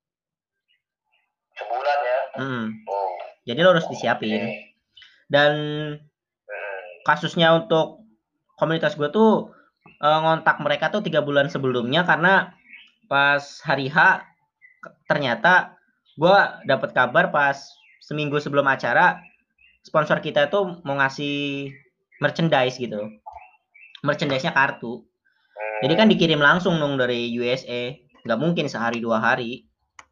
Sebulan ya?
Hmm.
Oh.
Jadi lo harus disiapin. Okay. Dan kasusnya untuk komunitas gue tuh uh, ngontak mereka tuh tiga bulan sebelumnya, karena pas hari H ternyata gue dapet kabar pas seminggu sebelum acara sponsor kita tuh mau ngasih merchandise gitu, merchandise-nya kartu. Jadi kan dikirim langsung dong dari U S A, nggak mungkin sehari dua hari.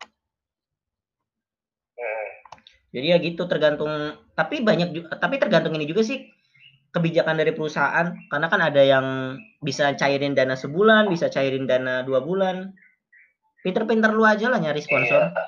Jadi ya gitu, tergantung. Tapi banyak, tapi tergantung ini juga sih kebijakan dari perusahaan, karena kan ada yang bisa cairin dana sebulan, bisa cairin dana dua bulan. Pinter-pinter lu aja lah nyari sponsor. Iya.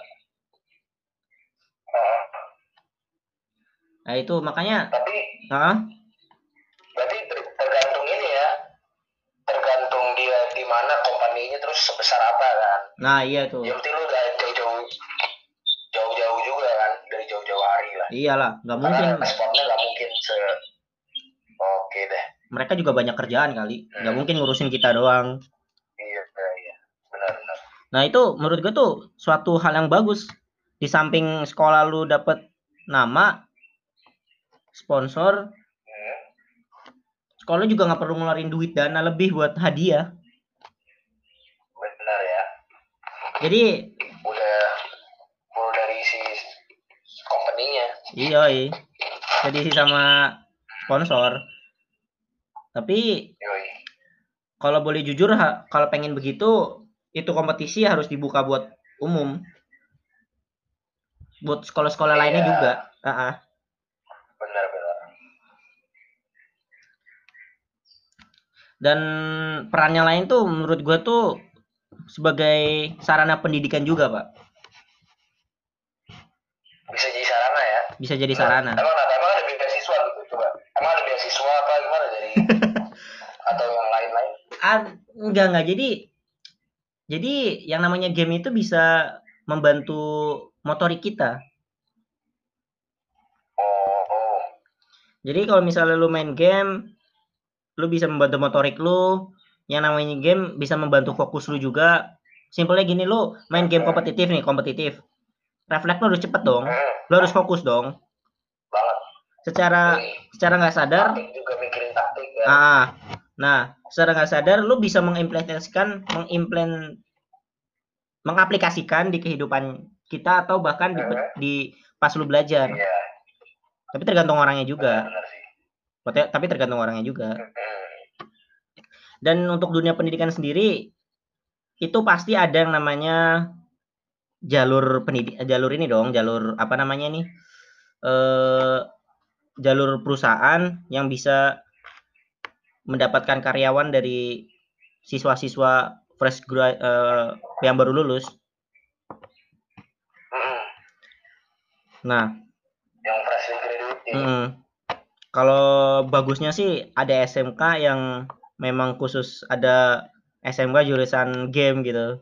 Nah itu makanya.
Tapi.
Huh?
Berarti tergantung ini ya, tergantung dia di mana kompaninya, terus sebesar apa kan.
Nah iya tuh.
Yang penting lu udah jauh-jauh, jauh-jauh juga kan, dari jauh-jauh hari lah.
Iyalah, nggak mungkin.
Responnya nggak mungkin se. Oke deh.
Mereka juga banyak kerjaan kali, nggak hmm. mungkin ngurusin kita doang.
Iya, iya, benar-benar.
Nah itu menurut gue tuh suatu hal yang bagus. Di samping sekolah lu dapet nama, sponsor, hmm. sekolah juga nggak perlu ngeluarin duit dana lebih buat hadiah.
Benar ya.
Jadi
udah full dari si company-nya.
Iya, iya. Jadi si sama sponsor. Tapi kalau boleh jujur, kalau pengen begitu, itu kompetisi harus dibuka buat umum, buat sekolah-sekolah iya. lainnya juga. Uh-uh.
Benar-benar.
Dan perannya lain tuh menurut gue tuh sebagai sarana pendidikan juga, Pak.
Bisa jadi sarana ya?
Bisa jadi sarana.
Emang, emang ada beasiswa gitu? Coba. Emang ada beasiswa apa gimana dari atau yang lain-lain?
Ah, enggak, enggak. Jadi jadi yang namanya game itu bisa membantu motorik kita.
Oh, oh.
Jadi kalau misalnya lu main game, lu bisa membantu motorik lu. Yang namanya game bisa membantu fokus lu juga. Simpelnya gini, lu main game kompetitif nih, kompetitif. Refleks lu harus cepet dong. Lu harus fokus dong.
Banget.
Secara secara nggak sadar.
Juga mikirin taktik ya.
Ah, nah, secara nggak sadar lu bisa mengimplementasikan, mengimplement, mengaplikasikan di kehidupan kita atau bahkan di, di pas lu belajar.
Iya.
Tapi tergantung orangnya juga. Benar, tapi tergantung orangnya juga. Dan untuk dunia pendidikan sendiri itu pasti ada yang namanya jalur pendidik, jalur ini dong, jalur apa namanya nih? Eh, jalur perusahaan yang bisa mendapatkan karyawan dari siswa-siswa fresh grad uh, yang baru lulus. Nah,
yang fresh graduate.
Mm, Kalau bagusnya sih ada S M K yang memang khusus ada S M K jurusan game gitu.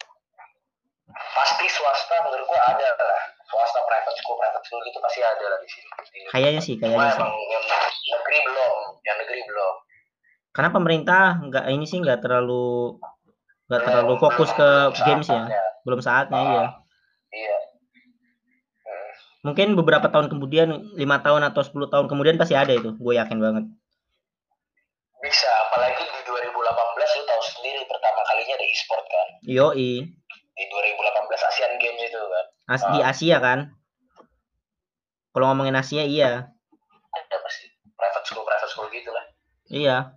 Pasti swasta menurut gua ada lah. Swasta private school private school gitu pasti ada lah di sini.
Kayaknya sih,
Cuma
kayaknya sih.
emang yang negeri belum, yang negeri belum.
Karena pemerintah nggak ini sih nggak terlalu nggak
Belum,
terlalu fokus
belum,
ke
belum
games ya.
saatnya.
Belum saatnya
Ah,
iya.
iya. Hmm.
Mungkin beberapa tahun kemudian, lima tahun atau sepuluh tahun kemudian pasti ada itu. Gue yakin banget.
Bisa, apalagi di dua ribu delapan belas lu tahu sendiri pertama kalinya ada e-sport kan.
Yoi.
Di dua ribu delapan belas Asian Games itu kan.
As
Ah,
di Asia kan. Kalau ngomongin Asia iya.
ada pasti private school private school gitu lah.
Iya.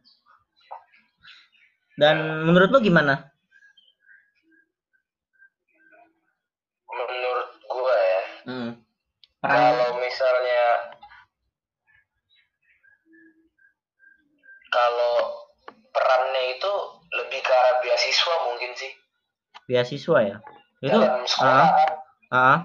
Dan
Hmm.
menurut lo gimana?
Menurut gue ya,
Hmm.
kalau misalnya kalau perannya itu lebih ke arah beasiswa mungkin sih.
Beasiswa ya? Itu
dalam sekolah kan.
Ah.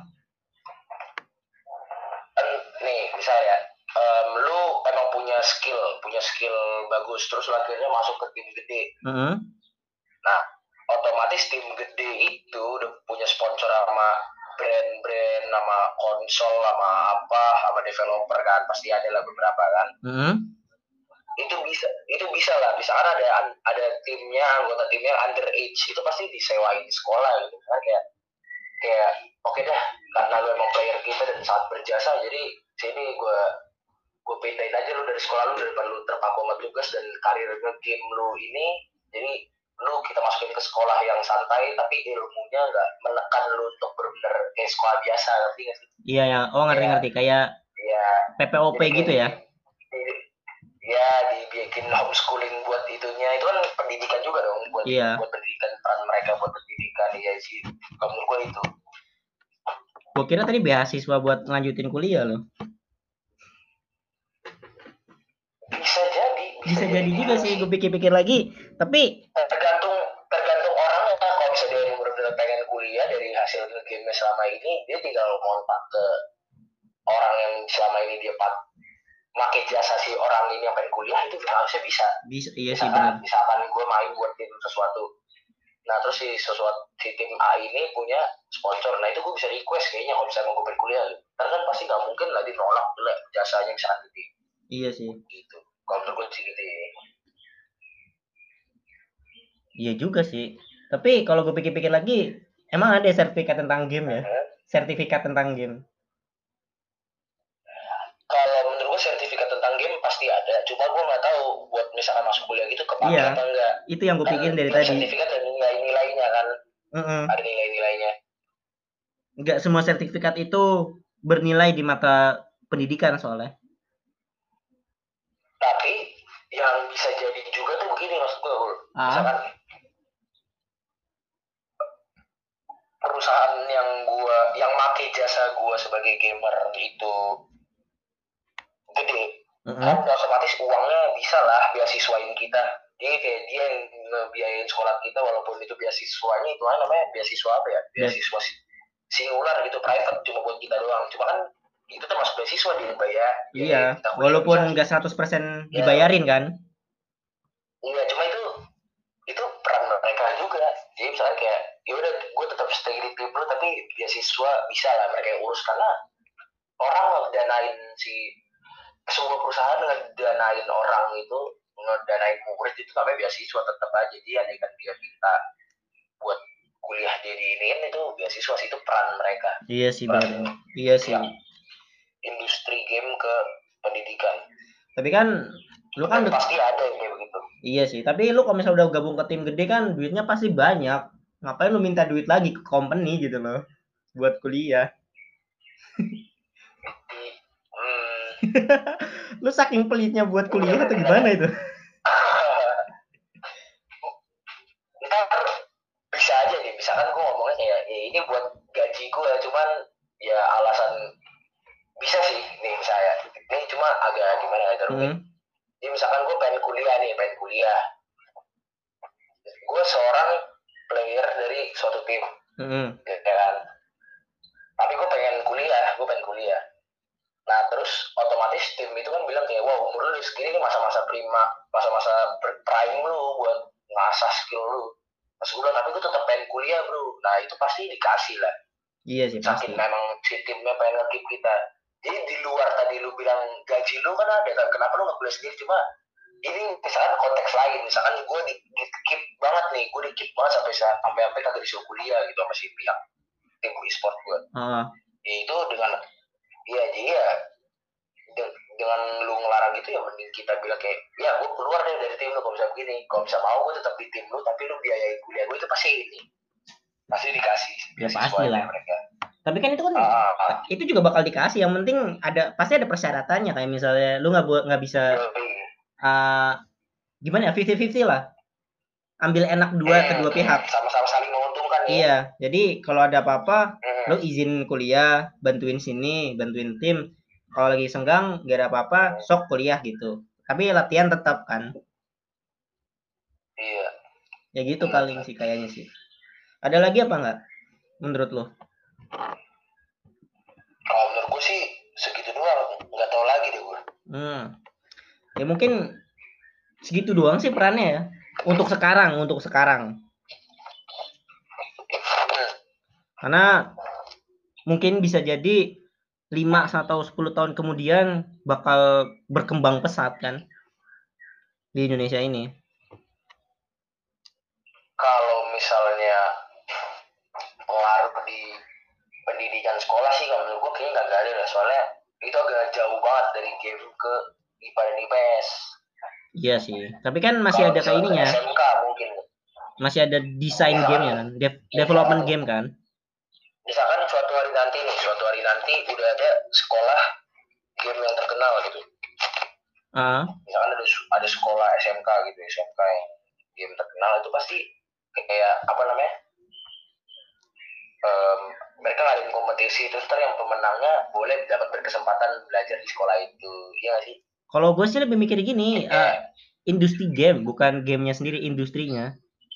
Kan nih misalnya um, lu emang punya skill, punya skill bagus, terus lu akhirnya masuk ke tim gede.
Uh-huh.
Nah, otomatis tim gede itu udah punya sponsor sama brand-brand, sama konsol, sama apa, sama developer kan, pasti ada lah beberapa kan.
Uh-huh.
Itu bisa, itu bisa lah. Misalkan ada ada timnya, anggota timnya underage, itu pasti disewain di sekolah gitu kan, kayak kayak oke okay dah, karena lu emang player kita dan sangat berjasa, jadi sini gue gue pindahin aja lu dari sekolah lu daripada lu terpaku sama tugas dan karir game lu ini, jadi lu kita masukin ke sekolah yang santai tapi ilmunya nggak menekan lu untuk benar-benar kayak sekolah biasa, ngerti nggak sih?
Iya ya, oh ngerti-ngerti kayak
ya,
P P O P gitu ya?
Di, ya dibikin homeschooling buat itunya, itu kan pendidikan juga dong, buat
iya.
buat pendidikan peran mereka buat pendidikan, ya sih kamu gue itu.
Gue kira tadi beasiswa buat ngelanjutin kuliah loh.
Bisa jadi.
Bisa, bisa jadi juga sih, gue pikir-pikir lagi. Tapi
tergantung tergantung orangnya. Kalau misalnya dia benar-benar pengen kuliah dari hasil game selama ini, dia tinggal kontak ke orang yang selama ini dia pakai jasa si orang ini yang pengen kuliah, itu harusnya bisa.
Bisa, iya
misalkan,
sih benar.
Misalkan gue main buat tim sesuatu, nah terus si sesuatu si tim A ini punya sponsor, nah itu gue bisa request kayaknya kalau misalnya mau gue pengen kuliah, karena kan pasti nggak mungkin lah dinolak lah jasanya misalkan gitu.
Iya sih.
Gitu. Kalau menurut gue sih gitu ya.
Iya juga sih. Tapi kalau gue pikir-pikir lagi, emang ada sertifikat tentang game ya? Uh-huh. Sertifikat tentang game.
Kalau menurut gue sertifikat tentang game pasti ada, cuma gue nggak tahu buat misalkan masuk kuliah gitu kepake
iya,
apa enggak.
Itu yang gue pikirin dari
tadi.
tadi.
Sertifikat ada nilai-nilainya kan.
Uh-uh.
Ada nilai-nilainya.
Enggak semua sertifikat itu bernilai di mata pendidikan soalnya.
Tapi yang bisa jadi juga tuh begini maksud gue, ah. Misalkan perusahaan yang gua yang make jasa gua sebagai gamer itu gede, uh-huh. Kan otomatis uangnya bisa lah beasiswain kita. Jadi kayak dia yang ngebiayain sekolah kita, walaupun itu beasiswanya itu namanya beasiswa apa ya? Beasiswa singular gitu, private, cuma buat kita doang. Cuma kan itu termasuk beasiswa dia bayar.
Iya, walaupun nggak seratus persen dibayarin kan?
Iya, cuma itu itu peran mereka juga. Jadi misalnya kayak ya udah gue tetap stay di tim lu tapi beasiswa bisa lah mereka yang urus, karena orang ngedanain si semua perusahaan ngedanain orang itu, ngedanain murid itu namanya beasiswa tetap aja. Dia nih kan dia minta buat kuliah dia diinin itu beasiswa sih, itu peran mereka.
Iya sih benar. Iya sih.
Industri game ke pendidikan.
Tapi kan lu kan
dan pasti ada yang kayak begitu.
Iya sih, tapi lu kalau misalnya udah gabung ke tim gede kan duitnya pasti banyak. Ngapain lu minta duit lagi ke company gitu loh buat kuliah?
hmm.
Lu saking pelitnya buat kuliah atau gimana itu?
Ntar bisa aja nih, misalkan gue ngomongnya kayak ya ini buat gaji gue, cuman ya alasan bisa sih nih misalnya, ini cuma agak gimana agak rumit. Hmm. Jadi misalkan gue pengen kuliah nih, pengen kuliah. Gue seorang player dari suatu tim, mm-hmm. ya kan. Tapi gue pengen kuliah, gue pengen kuliah. Nah terus otomatis tim itu kan bilang kayak, wow masa-masa prima, masa-masa prime lu buat ngasah skill lu. Pas gue bilang, tapi gue tetap pengen kuliah bro. Nah itu pasti dikasih lah.
Iya sih pasti.
Saking memang si timnya pengen nge-keep kita. Jadi di luar tadi lu bilang gaji lu kan ada, kenapa lu nggak kuliah sendiri? Cuma ini misalkan konteks lain, misalkan gue di, di keep banget nih, gue di keep banget sampai sampai sampai kagak disuruh kuliah gitu sama si pihak tim e-sport gue.
Uh.
Ya itu dengan, iya jadi ya de- dengan lu ngelarang gitu ya mending kita bilang kayak, ya gue keluar deh dari tim lu kalau bisa begini, kalau bisa mau gue tetap di tim lu, tapi lu biayain kuliah gue itu pasti ini, pasti dikasih.
Ya pasti lah.
Mereka.
Tapi kan itu kan ah, ah. itu juga bakal dikasih. Yang penting ada pasti ada persyaratannya kayak misalnya lu nggak nggak bisa uh, gimana ya fifty fifty lah. Ambil enak dua hmm, kedua pihak.
Sama-sama saling menguntungkan ya.
Iya. Jadi kalau ada apa-apa hmm. lu izin kuliah, bantuin sini, bantuin tim. Kalau lagi senggang gak ada apa-apa, sok kuliah gitu. Tapi latihan tetap kan.
Iya.
Ya gitu hmm. paling sih kayaknya sih. Ada lagi apa nggak menurut lo?
Kalau menurut gue sih segitu doang, nggak tahu lagi deh gue.
Hmm. Ya mungkin segitu doang sih perannya ya. Untuk sekarang, untuk sekarang. Hmm. Karena mungkin bisa jadi lima atau sepuluh tahun kemudian bakal berkembang pesat kan di Indonesia ini.
Kalau misalnya pengaruh di pendidikan sekolah sih kalau menurut gue kayaknya nggak ada lah, soalnya itu agak jauh banget dari game ke I P A dan I P S.
Iya sih, tapi kan masih kalo ada kayak ininya.
S M K mungkin.
Masih ada desain gamenya kan, De- development game kan.
Misalkan suatu hari nanti nih, suatu hari nanti udah ada sekolah game yang terkenal gitu.
Uh.
Misalkan ada ada sekolah S M K gitu, S M K yang game terkenal itu pasti kayak apa namanya? Um, mereka ngadain kompetisi terus ntar yang pemenangnya boleh dapat berkesempatan belajar di sekolah itu, iya nggak sih?
Kalau gue sih lebih mikir gini, yeah. uh, industri game bukan gamenya sendiri, industrinya.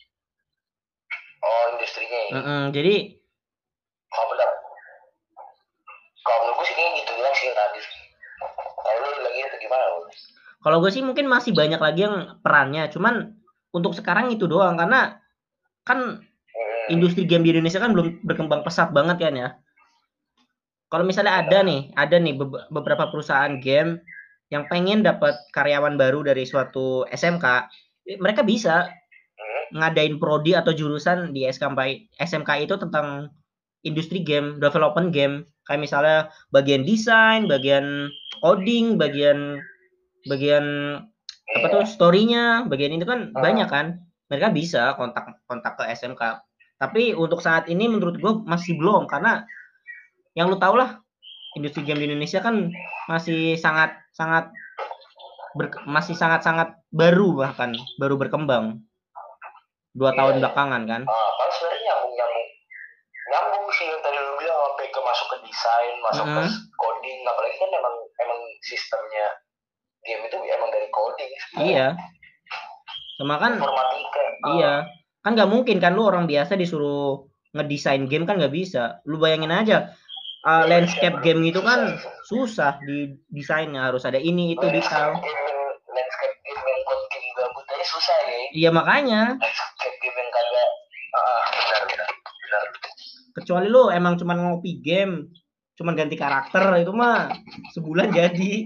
Oh industrinya ya.
Mm-mm, jadi
oh benar. Kalau menurut gue sih kayak gitu doang sih tadi. Kalau lu lagi itu gimana?
Kalau gue sih mungkin masih banyak lagi yang perannya, cuman untuk sekarang itu doang karena kan hmm. industri game di Indonesia kan belum berkembang pesat banget kan ya. Kalau misalnya ada nih, ada nih beberapa perusahaan game yang pengen dapat karyawan baru dari suatu S M K, mereka bisa hmm. ngadain prodi atau jurusan di S M K itu tentang industri game, development game, kayak misalnya bagian desain, bagian coding, bagian bagian yeah. apa tuh story-nya, bagian itu kan uh. banyak kan, mereka bisa kontak kontak ke S M K. Tapi untuk saat ini menurut gue masih belum, karena yang lu tau lah industri game di Indonesia kan masih sangat sangat ber, masih sangat sangat baru, bahkan baru berkembang dua yeah. tahun belakangan kan.
Uh, kan sebenarnya nyambung nyambung nyambung sih yang tadi lu bilang sampai ke masuk ke desain, masuk mm-hmm. ke coding, apalagi kan emang emang sistemnya game itu emang dari coding.
Iya. Sama kan.
Informatika.
Iya. Kan nggak mungkin kan lu orang biasa disuruh ngedesain game kan nggak bisa. Lu bayangin aja uh, ya, landscape game itu kan susah di desainnya, harus ada ini itu detail.
Landscape game yang buat game gabut aja susah ya.
Iya makanya.
Landscape game yang kagak. Ah benar benar benar.
Kecuali lu emang cuman ngopi game, cuman ganti karakter itu mah sebulan jadi.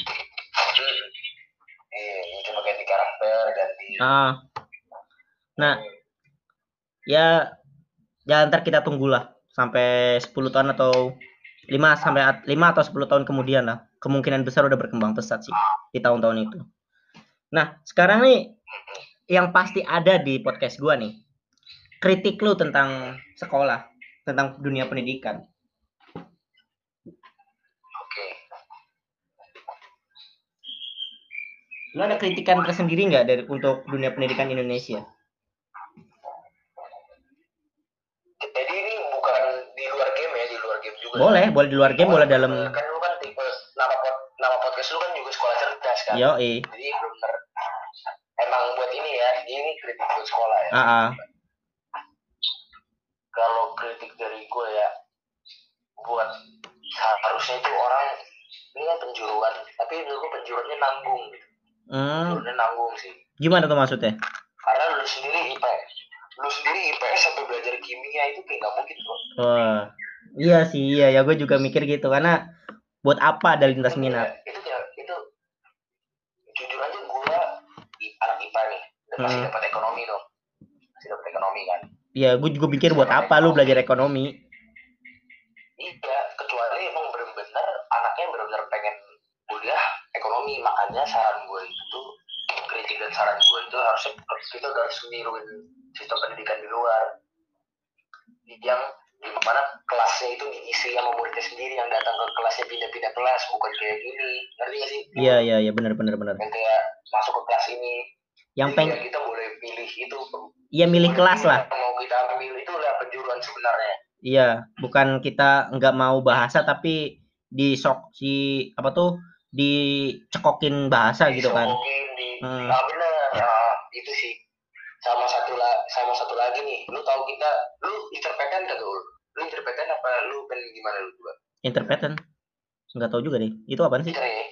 Iya, cuma ganti karakter, ganti.
Ah. Nah, ya, ya ntar kita tunggulah sampai sepuluh tahun atau lima sampai lima atau sepuluh tahun kemudian lah. Kemungkinan besar udah berkembang pesat sih di tahun-tahun itu. Nah, sekarang nih yang pasti ada di podcast gua nih. Kritik lu tentang sekolah, tentang dunia pendidikan. Lo ada kritikan tersendiri nggak dari untuk dunia pendidikan Indonesia?
Jadi ini bukan di luar game ya, di luar game juga.
Boleh, boleh di luar game, boleh dalam.
Kan lu kan tipe nama nama podcast lu kan juga sekolah cerdas kan.
Yo, eh.
Jadi benar. Emang buat ini ya, ini kritik buat sekolah ya.
Uh-uh.
Kalau kritik dari gue ya, buat harusnya itu orang ini kan penjuruan, tapi menurut gue penjuruannya nanggung gitu.
Hmm.
Udah nanggung sih.
Gimana tuh maksudnya?
Karena lu sendiri I P S, lu sendiri I P S sampai belajar kimia itu kayak nggak mungkin bro.
Wah, iya sih, iya ya, gue juga mikir gitu karena buat apa ada lintas
itu
minat?
Ya, itu ya, itu jujur aja gue anak I P A nih, dan masih
Hmm.
dapat ekonomi dong, masih dapat ekonomi kan?
Iya, gue juga pikir buat apa ekonomi. Lu belajar ekonomi?
Iya, kecuali emang benar-benar anaknya benar-benar pengen kuliah ekonomi, makanya saran gue itu kritik dan saran gue itu harusnya kita harus niruin sistem pendidikan di luar yang dimana kelasnya itu diisi sama muridnya sendiri, yang datang ke kelasnya pindah-pindah kelas, bukan kayak gini, ngerti gak sih?
Iya iya iya benar benar benar.
Yang kayak masuk ke kelas ini,
yang pengen
kita boleh pilih itu.
Iya milih kelas lah.
Mau kita ambil itu lah penjuruan sebenarnya.
Iya, bukan kita nggak mau bahasa tapi di sok si apa tuh dicekokin bahasa di gitu kan.
Di, hmm. Nah benar, nah, itu sih. Sama satu la, sama satu lagi nih, lu tahu kita, lu interpretan gak tuh? Lu interpretan apa lu pengen gimana lu juga?
Interpretan? Nggak tahu juga deh. Itu apaan sih?
Keren.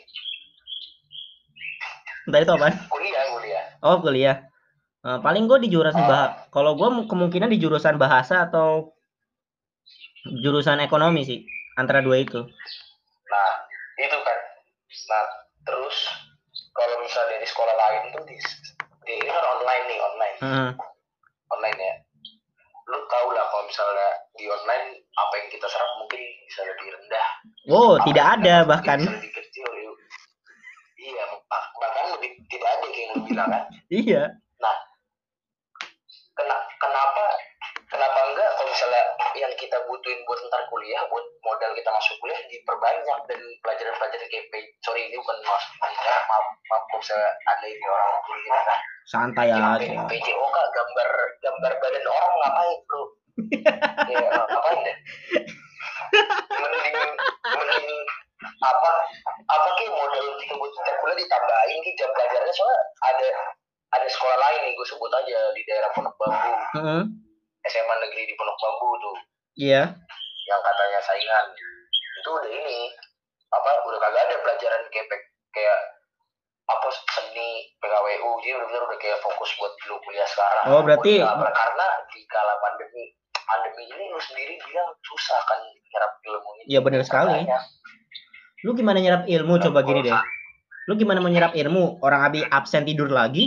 Entah itu apaan?
Kuliah, kuliah.
Oh kuliah. Uh, paling gue di jurusan uh. bahasa. Kalau gue kemungkinan di jurusan bahasa atau jurusan ekonomi sih, antara dua itu.
Nah, itu kan. Nah, terus kalau misalnya dari sekolah lain tuh di, di ini kan online nih, online. Hmm. Online ya. Lu tau lah kalau misalnya di online apa yang kita serap mungkin bisa lebih rendah.
Oh, apa tidak ada bahkan.
Bisa lebih kecil, yuk. Iya, bahkan lebih tidak ada yang lu bilang kan.
Iya.
Nah, kena, kenapa kenapa enggak kalau misalnya yang kita butuhin buat ntar kuliah, buat modal kita masuk kuliah diperbanyak, dan pelajaran-pelajaran kayak sorry ini bukan masuk kuliah, maaf maaf kalau misalnya ada ini orang kuliah kan.
Santai aja.
Ya, P J O K gambar gambar badan orang ngapain bro? Ya ngapain deh? Mending mending apa apa kayak modal kita buat kita kuliah ditambahin ki jam pelajarannya, soalnya ada ada sekolah lain nih gue sebut aja di daerah Pondok Bambu. Uh-huh. S M A negeri di Pondok Bambu tuh.
Iya. Yeah.
Yang katanya saingan. Itu udah ini apa udah kagak ada pelajaran kayak kayak apa seni P K W U, jadi benar-benar udah kayak fokus buat lu kuliah sekarang.
Oh berarti
kala, karena di kala pandemi pandemi ini lu sendiri bilang susah kan nyerap ilmu ini.
Iya benar sekali. Lu gimana nyerap ilmu? Nah, coba gini deh. Lu gimana menyerap ilmu? Orang abis absen tidur lagi?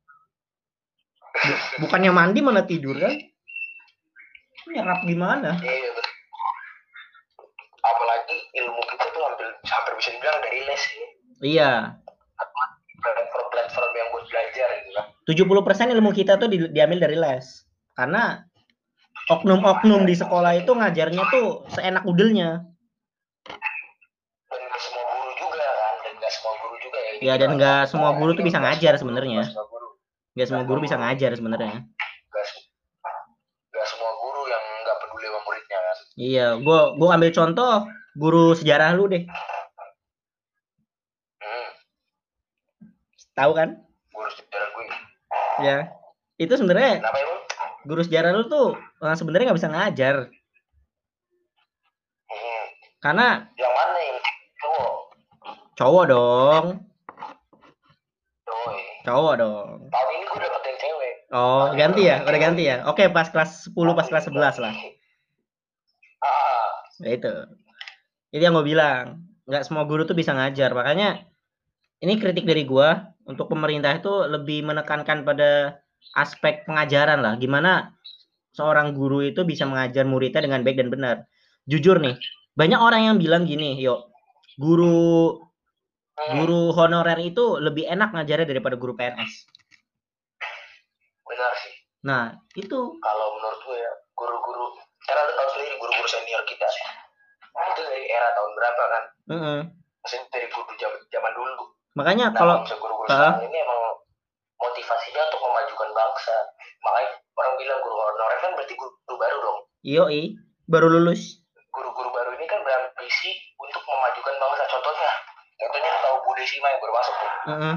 Bukannya mandi malah tidur kan? Nyerap gimana?
Iya, apalagi ilmu kita tuh hampir hampir bisa dibilang dari les ya.
Iya.
Platform-platform yang buat belajar gitu kan.
tujuh puluh persen ilmu kita tuh di, diambil dari les. Karena oknum-oknum di sekolah itu ngajarnya tuh seenak udelnya.
Dan gak semua guru juga kan, dan gak semua guru juga ya.
Iya, dan gak semua guru tuh bisa ngajar sebenarnya. Gak semua guru bisa ngajar sebenarnya.
Gak semua guru yang gak peduli sama muridnya kan.
Iya, gua gua ambil contoh guru sejarah lu deh. Hmm. Tahu kan?
Guru sejarah gue.
Ya. Itu sebenarnya guru sejarah lu tuh sebenarnya nggak bisa ngajar. Hmm. Karena
yang mana yang cowok?
Cowok dong.
Cowok.
Cowok dong.
Tahun ini gue dapet yang cewek.
Oh, tahun ganti ya? Udah ganti ya? Oke, pas kelas sepuluh, pas kelas sebelas lah.
Ah.
Nah, itu. Itu yang gue bilang. Nggak semua guru tuh bisa ngajar. Makanya ini kritik dari gue untuk pemerintah itu lebih menekankan pada aspek pengajaran lah. Gimana seorang guru itu bisa mengajar muridnya dengan baik dan benar. Jujur nih, banyak orang yang bilang gini, yuk, guru guru honorer itu lebih enak ngajarnya daripada guru P N S.
Benar sih.
Nah, itu.
Kalau menurut gue ya, guru-guru, karena tahu sendiri guru-guru senior kita, itu dari era tahun berapa kan? Uh-uh. Maksudnya dari guru zaman, zaman dulu.
Makanya
nah,
kalau
guru-guru uh, sekarang ini emang motivasinya untuk memajukan bangsa. Makanya orang bilang guru honorer kan berarti guru, guru baru dong.
Yoi, baru lulus.
Guru-guru baru ini kan berambisi untuk memajukan bangsa. Contohnya, contohnya tahu Bu Desima yang baru masuk tuh. Uh-uh.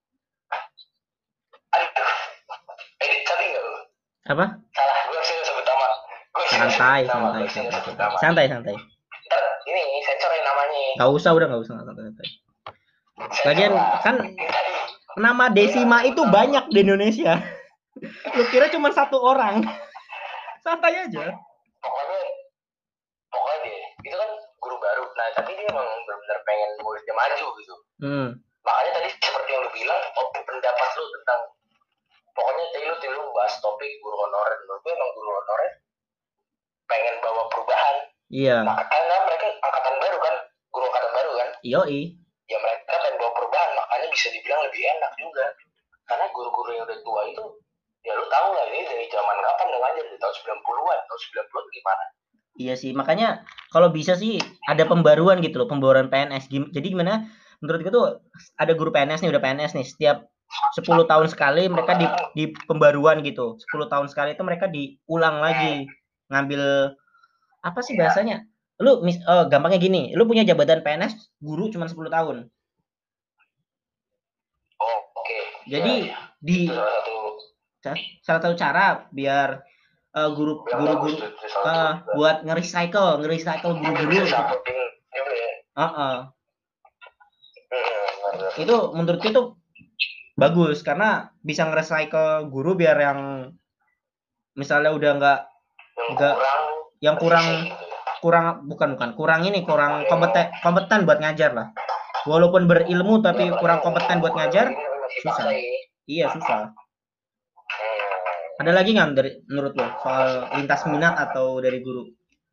Aduh, edit tadi nggak lu?
Apa?
Salah, gue harusnya sebut nama.
Santai, santai, santai, santai, santai.
Ntar ini sensorin namanya.
Gak usah, udah gak usah, santai, santai. Lagian kan nama Desima itu banyak di Indonesia. Lu kira cuma satu orang? Santai aja.
Pokoknya, pokoknya dia itu kan guru baru. Nah tapi dia emang benar-benar pengen muridnya maju gitu.
Hmm.
Makanya tadi seperti yang lu bilang, oh, pendapat lu tentang pokoknya tadi lu, tadi lu bahas topik guru honorer. Menurut gue emang guru honorer pengen bawa perubahan.
Iya.
Nah, karena mereka angkatan baru kan, guru angkatan baru kan.
Yoi.
Ya mereka pengen bawa perubahan, makanya bisa dibilang lebih enak juga. Karena guru-guru yang udah tua itu, ya lu tahu lah ini dari zaman kapan udah ngajar, dari tahun sembilan puluhan, tahun sembilan puluhan gimana.
Iya sih, makanya kalau bisa sih ada pembaruan gitu loh, pembaruan P N S. Jadi gimana? Menurut gue tuh ada guru P N S nih, udah P N S nih, setiap sepuluh tahun sekali mereka di, di pembaruan gitu. sepuluh tahun sekali itu mereka diulang lagi. Ngambil apa sih bahasanya? Lu mis, oh, gampangnya gini, lu punya jabatan P N S guru cuma sepuluh tahun.
Oh, oke. Okay.
Jadi ya, di
salah satu
salah satu cara biar uh, guru guru guru uh, buat nge-recycle, nge-recycle guru-guru. Uh -uh. Itu menurutku itu bagus karena bisa nge-recycle guru biar yang misalnya udah nggak nggak yang kurang kurang bukan bukan kurang ini kurang kompeten kompeten buat ngajar lah. Walaupun berilmu tapi kurang kompeten buat ngajar, susah. Iya susah. Ada lagi nggak dari menurut lo soal lintas minat atau dari guru?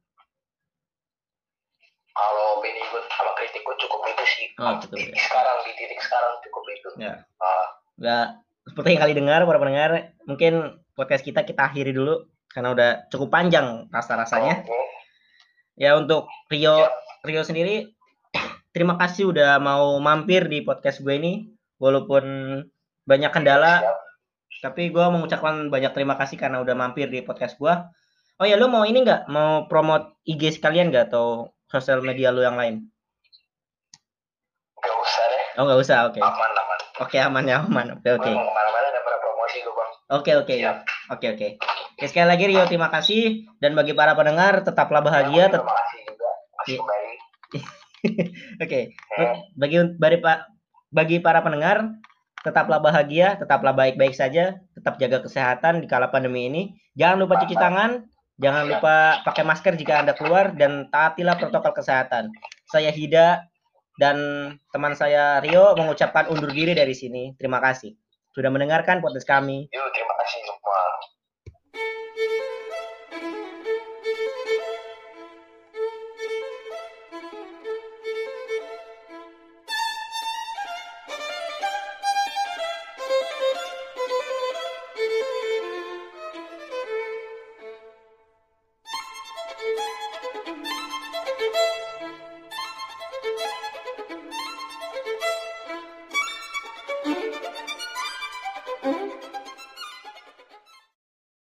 Kalau bini gue sama kritik gue cukup itu sih.
Oh, betul,
di,
ya.
Sekarang di titik sekarang cukup itu.
Ya.
Ah.
Nggak seperti yang kali dengar para pendengar, mungkin podcast kita kita akhiri dulu karena udah cukup panjang rasa-rasanya. Okay. Ya untuk Rio ya. Rio sendiri terima kasih udah mau mampir di podcast gue ini walaupun banyak kendala. Siap. Tapi gue mengucapkan banyak terima kasih karena udah mampir di podcast gue. Oh ya, lu mau ini nggak? Mau promote I G sekalian nggak? Atau sosial media lu yang lain?
Gak usah deh.
Oh nggak usah, oke. Okay.
Aman, aman.
Oke, okay, aman ya, aman. Oke, okay, oke. Okay.
Mau kemana-mana gak pernah promosi gue, Bang.
Oke, okay, oke. Okay. Oke, oke. Oke, sekali lagi Rio, terima kasih. Dan bagi para pendengar, tetaplah bahagia.
Ya, terima kasih juga. Masih kembali.
Oke. Okay. Hmm. Bagi, bagi, bagi para pendengar, tetaplah bahagia, tetaplah baik-baik saja, tetap jaga kesehatan di kala pandemi ini. Jangan lupa cuci tangan, jangan lupa pakai masker jika Anda keluar, dan taatilah protokol kesehatan. Saya Hida dan teman saya Rio mengucapkan undur diri dari sini. Terima kasih sudah mendengarkan podcast kami.
Yuk, terima kasih semua.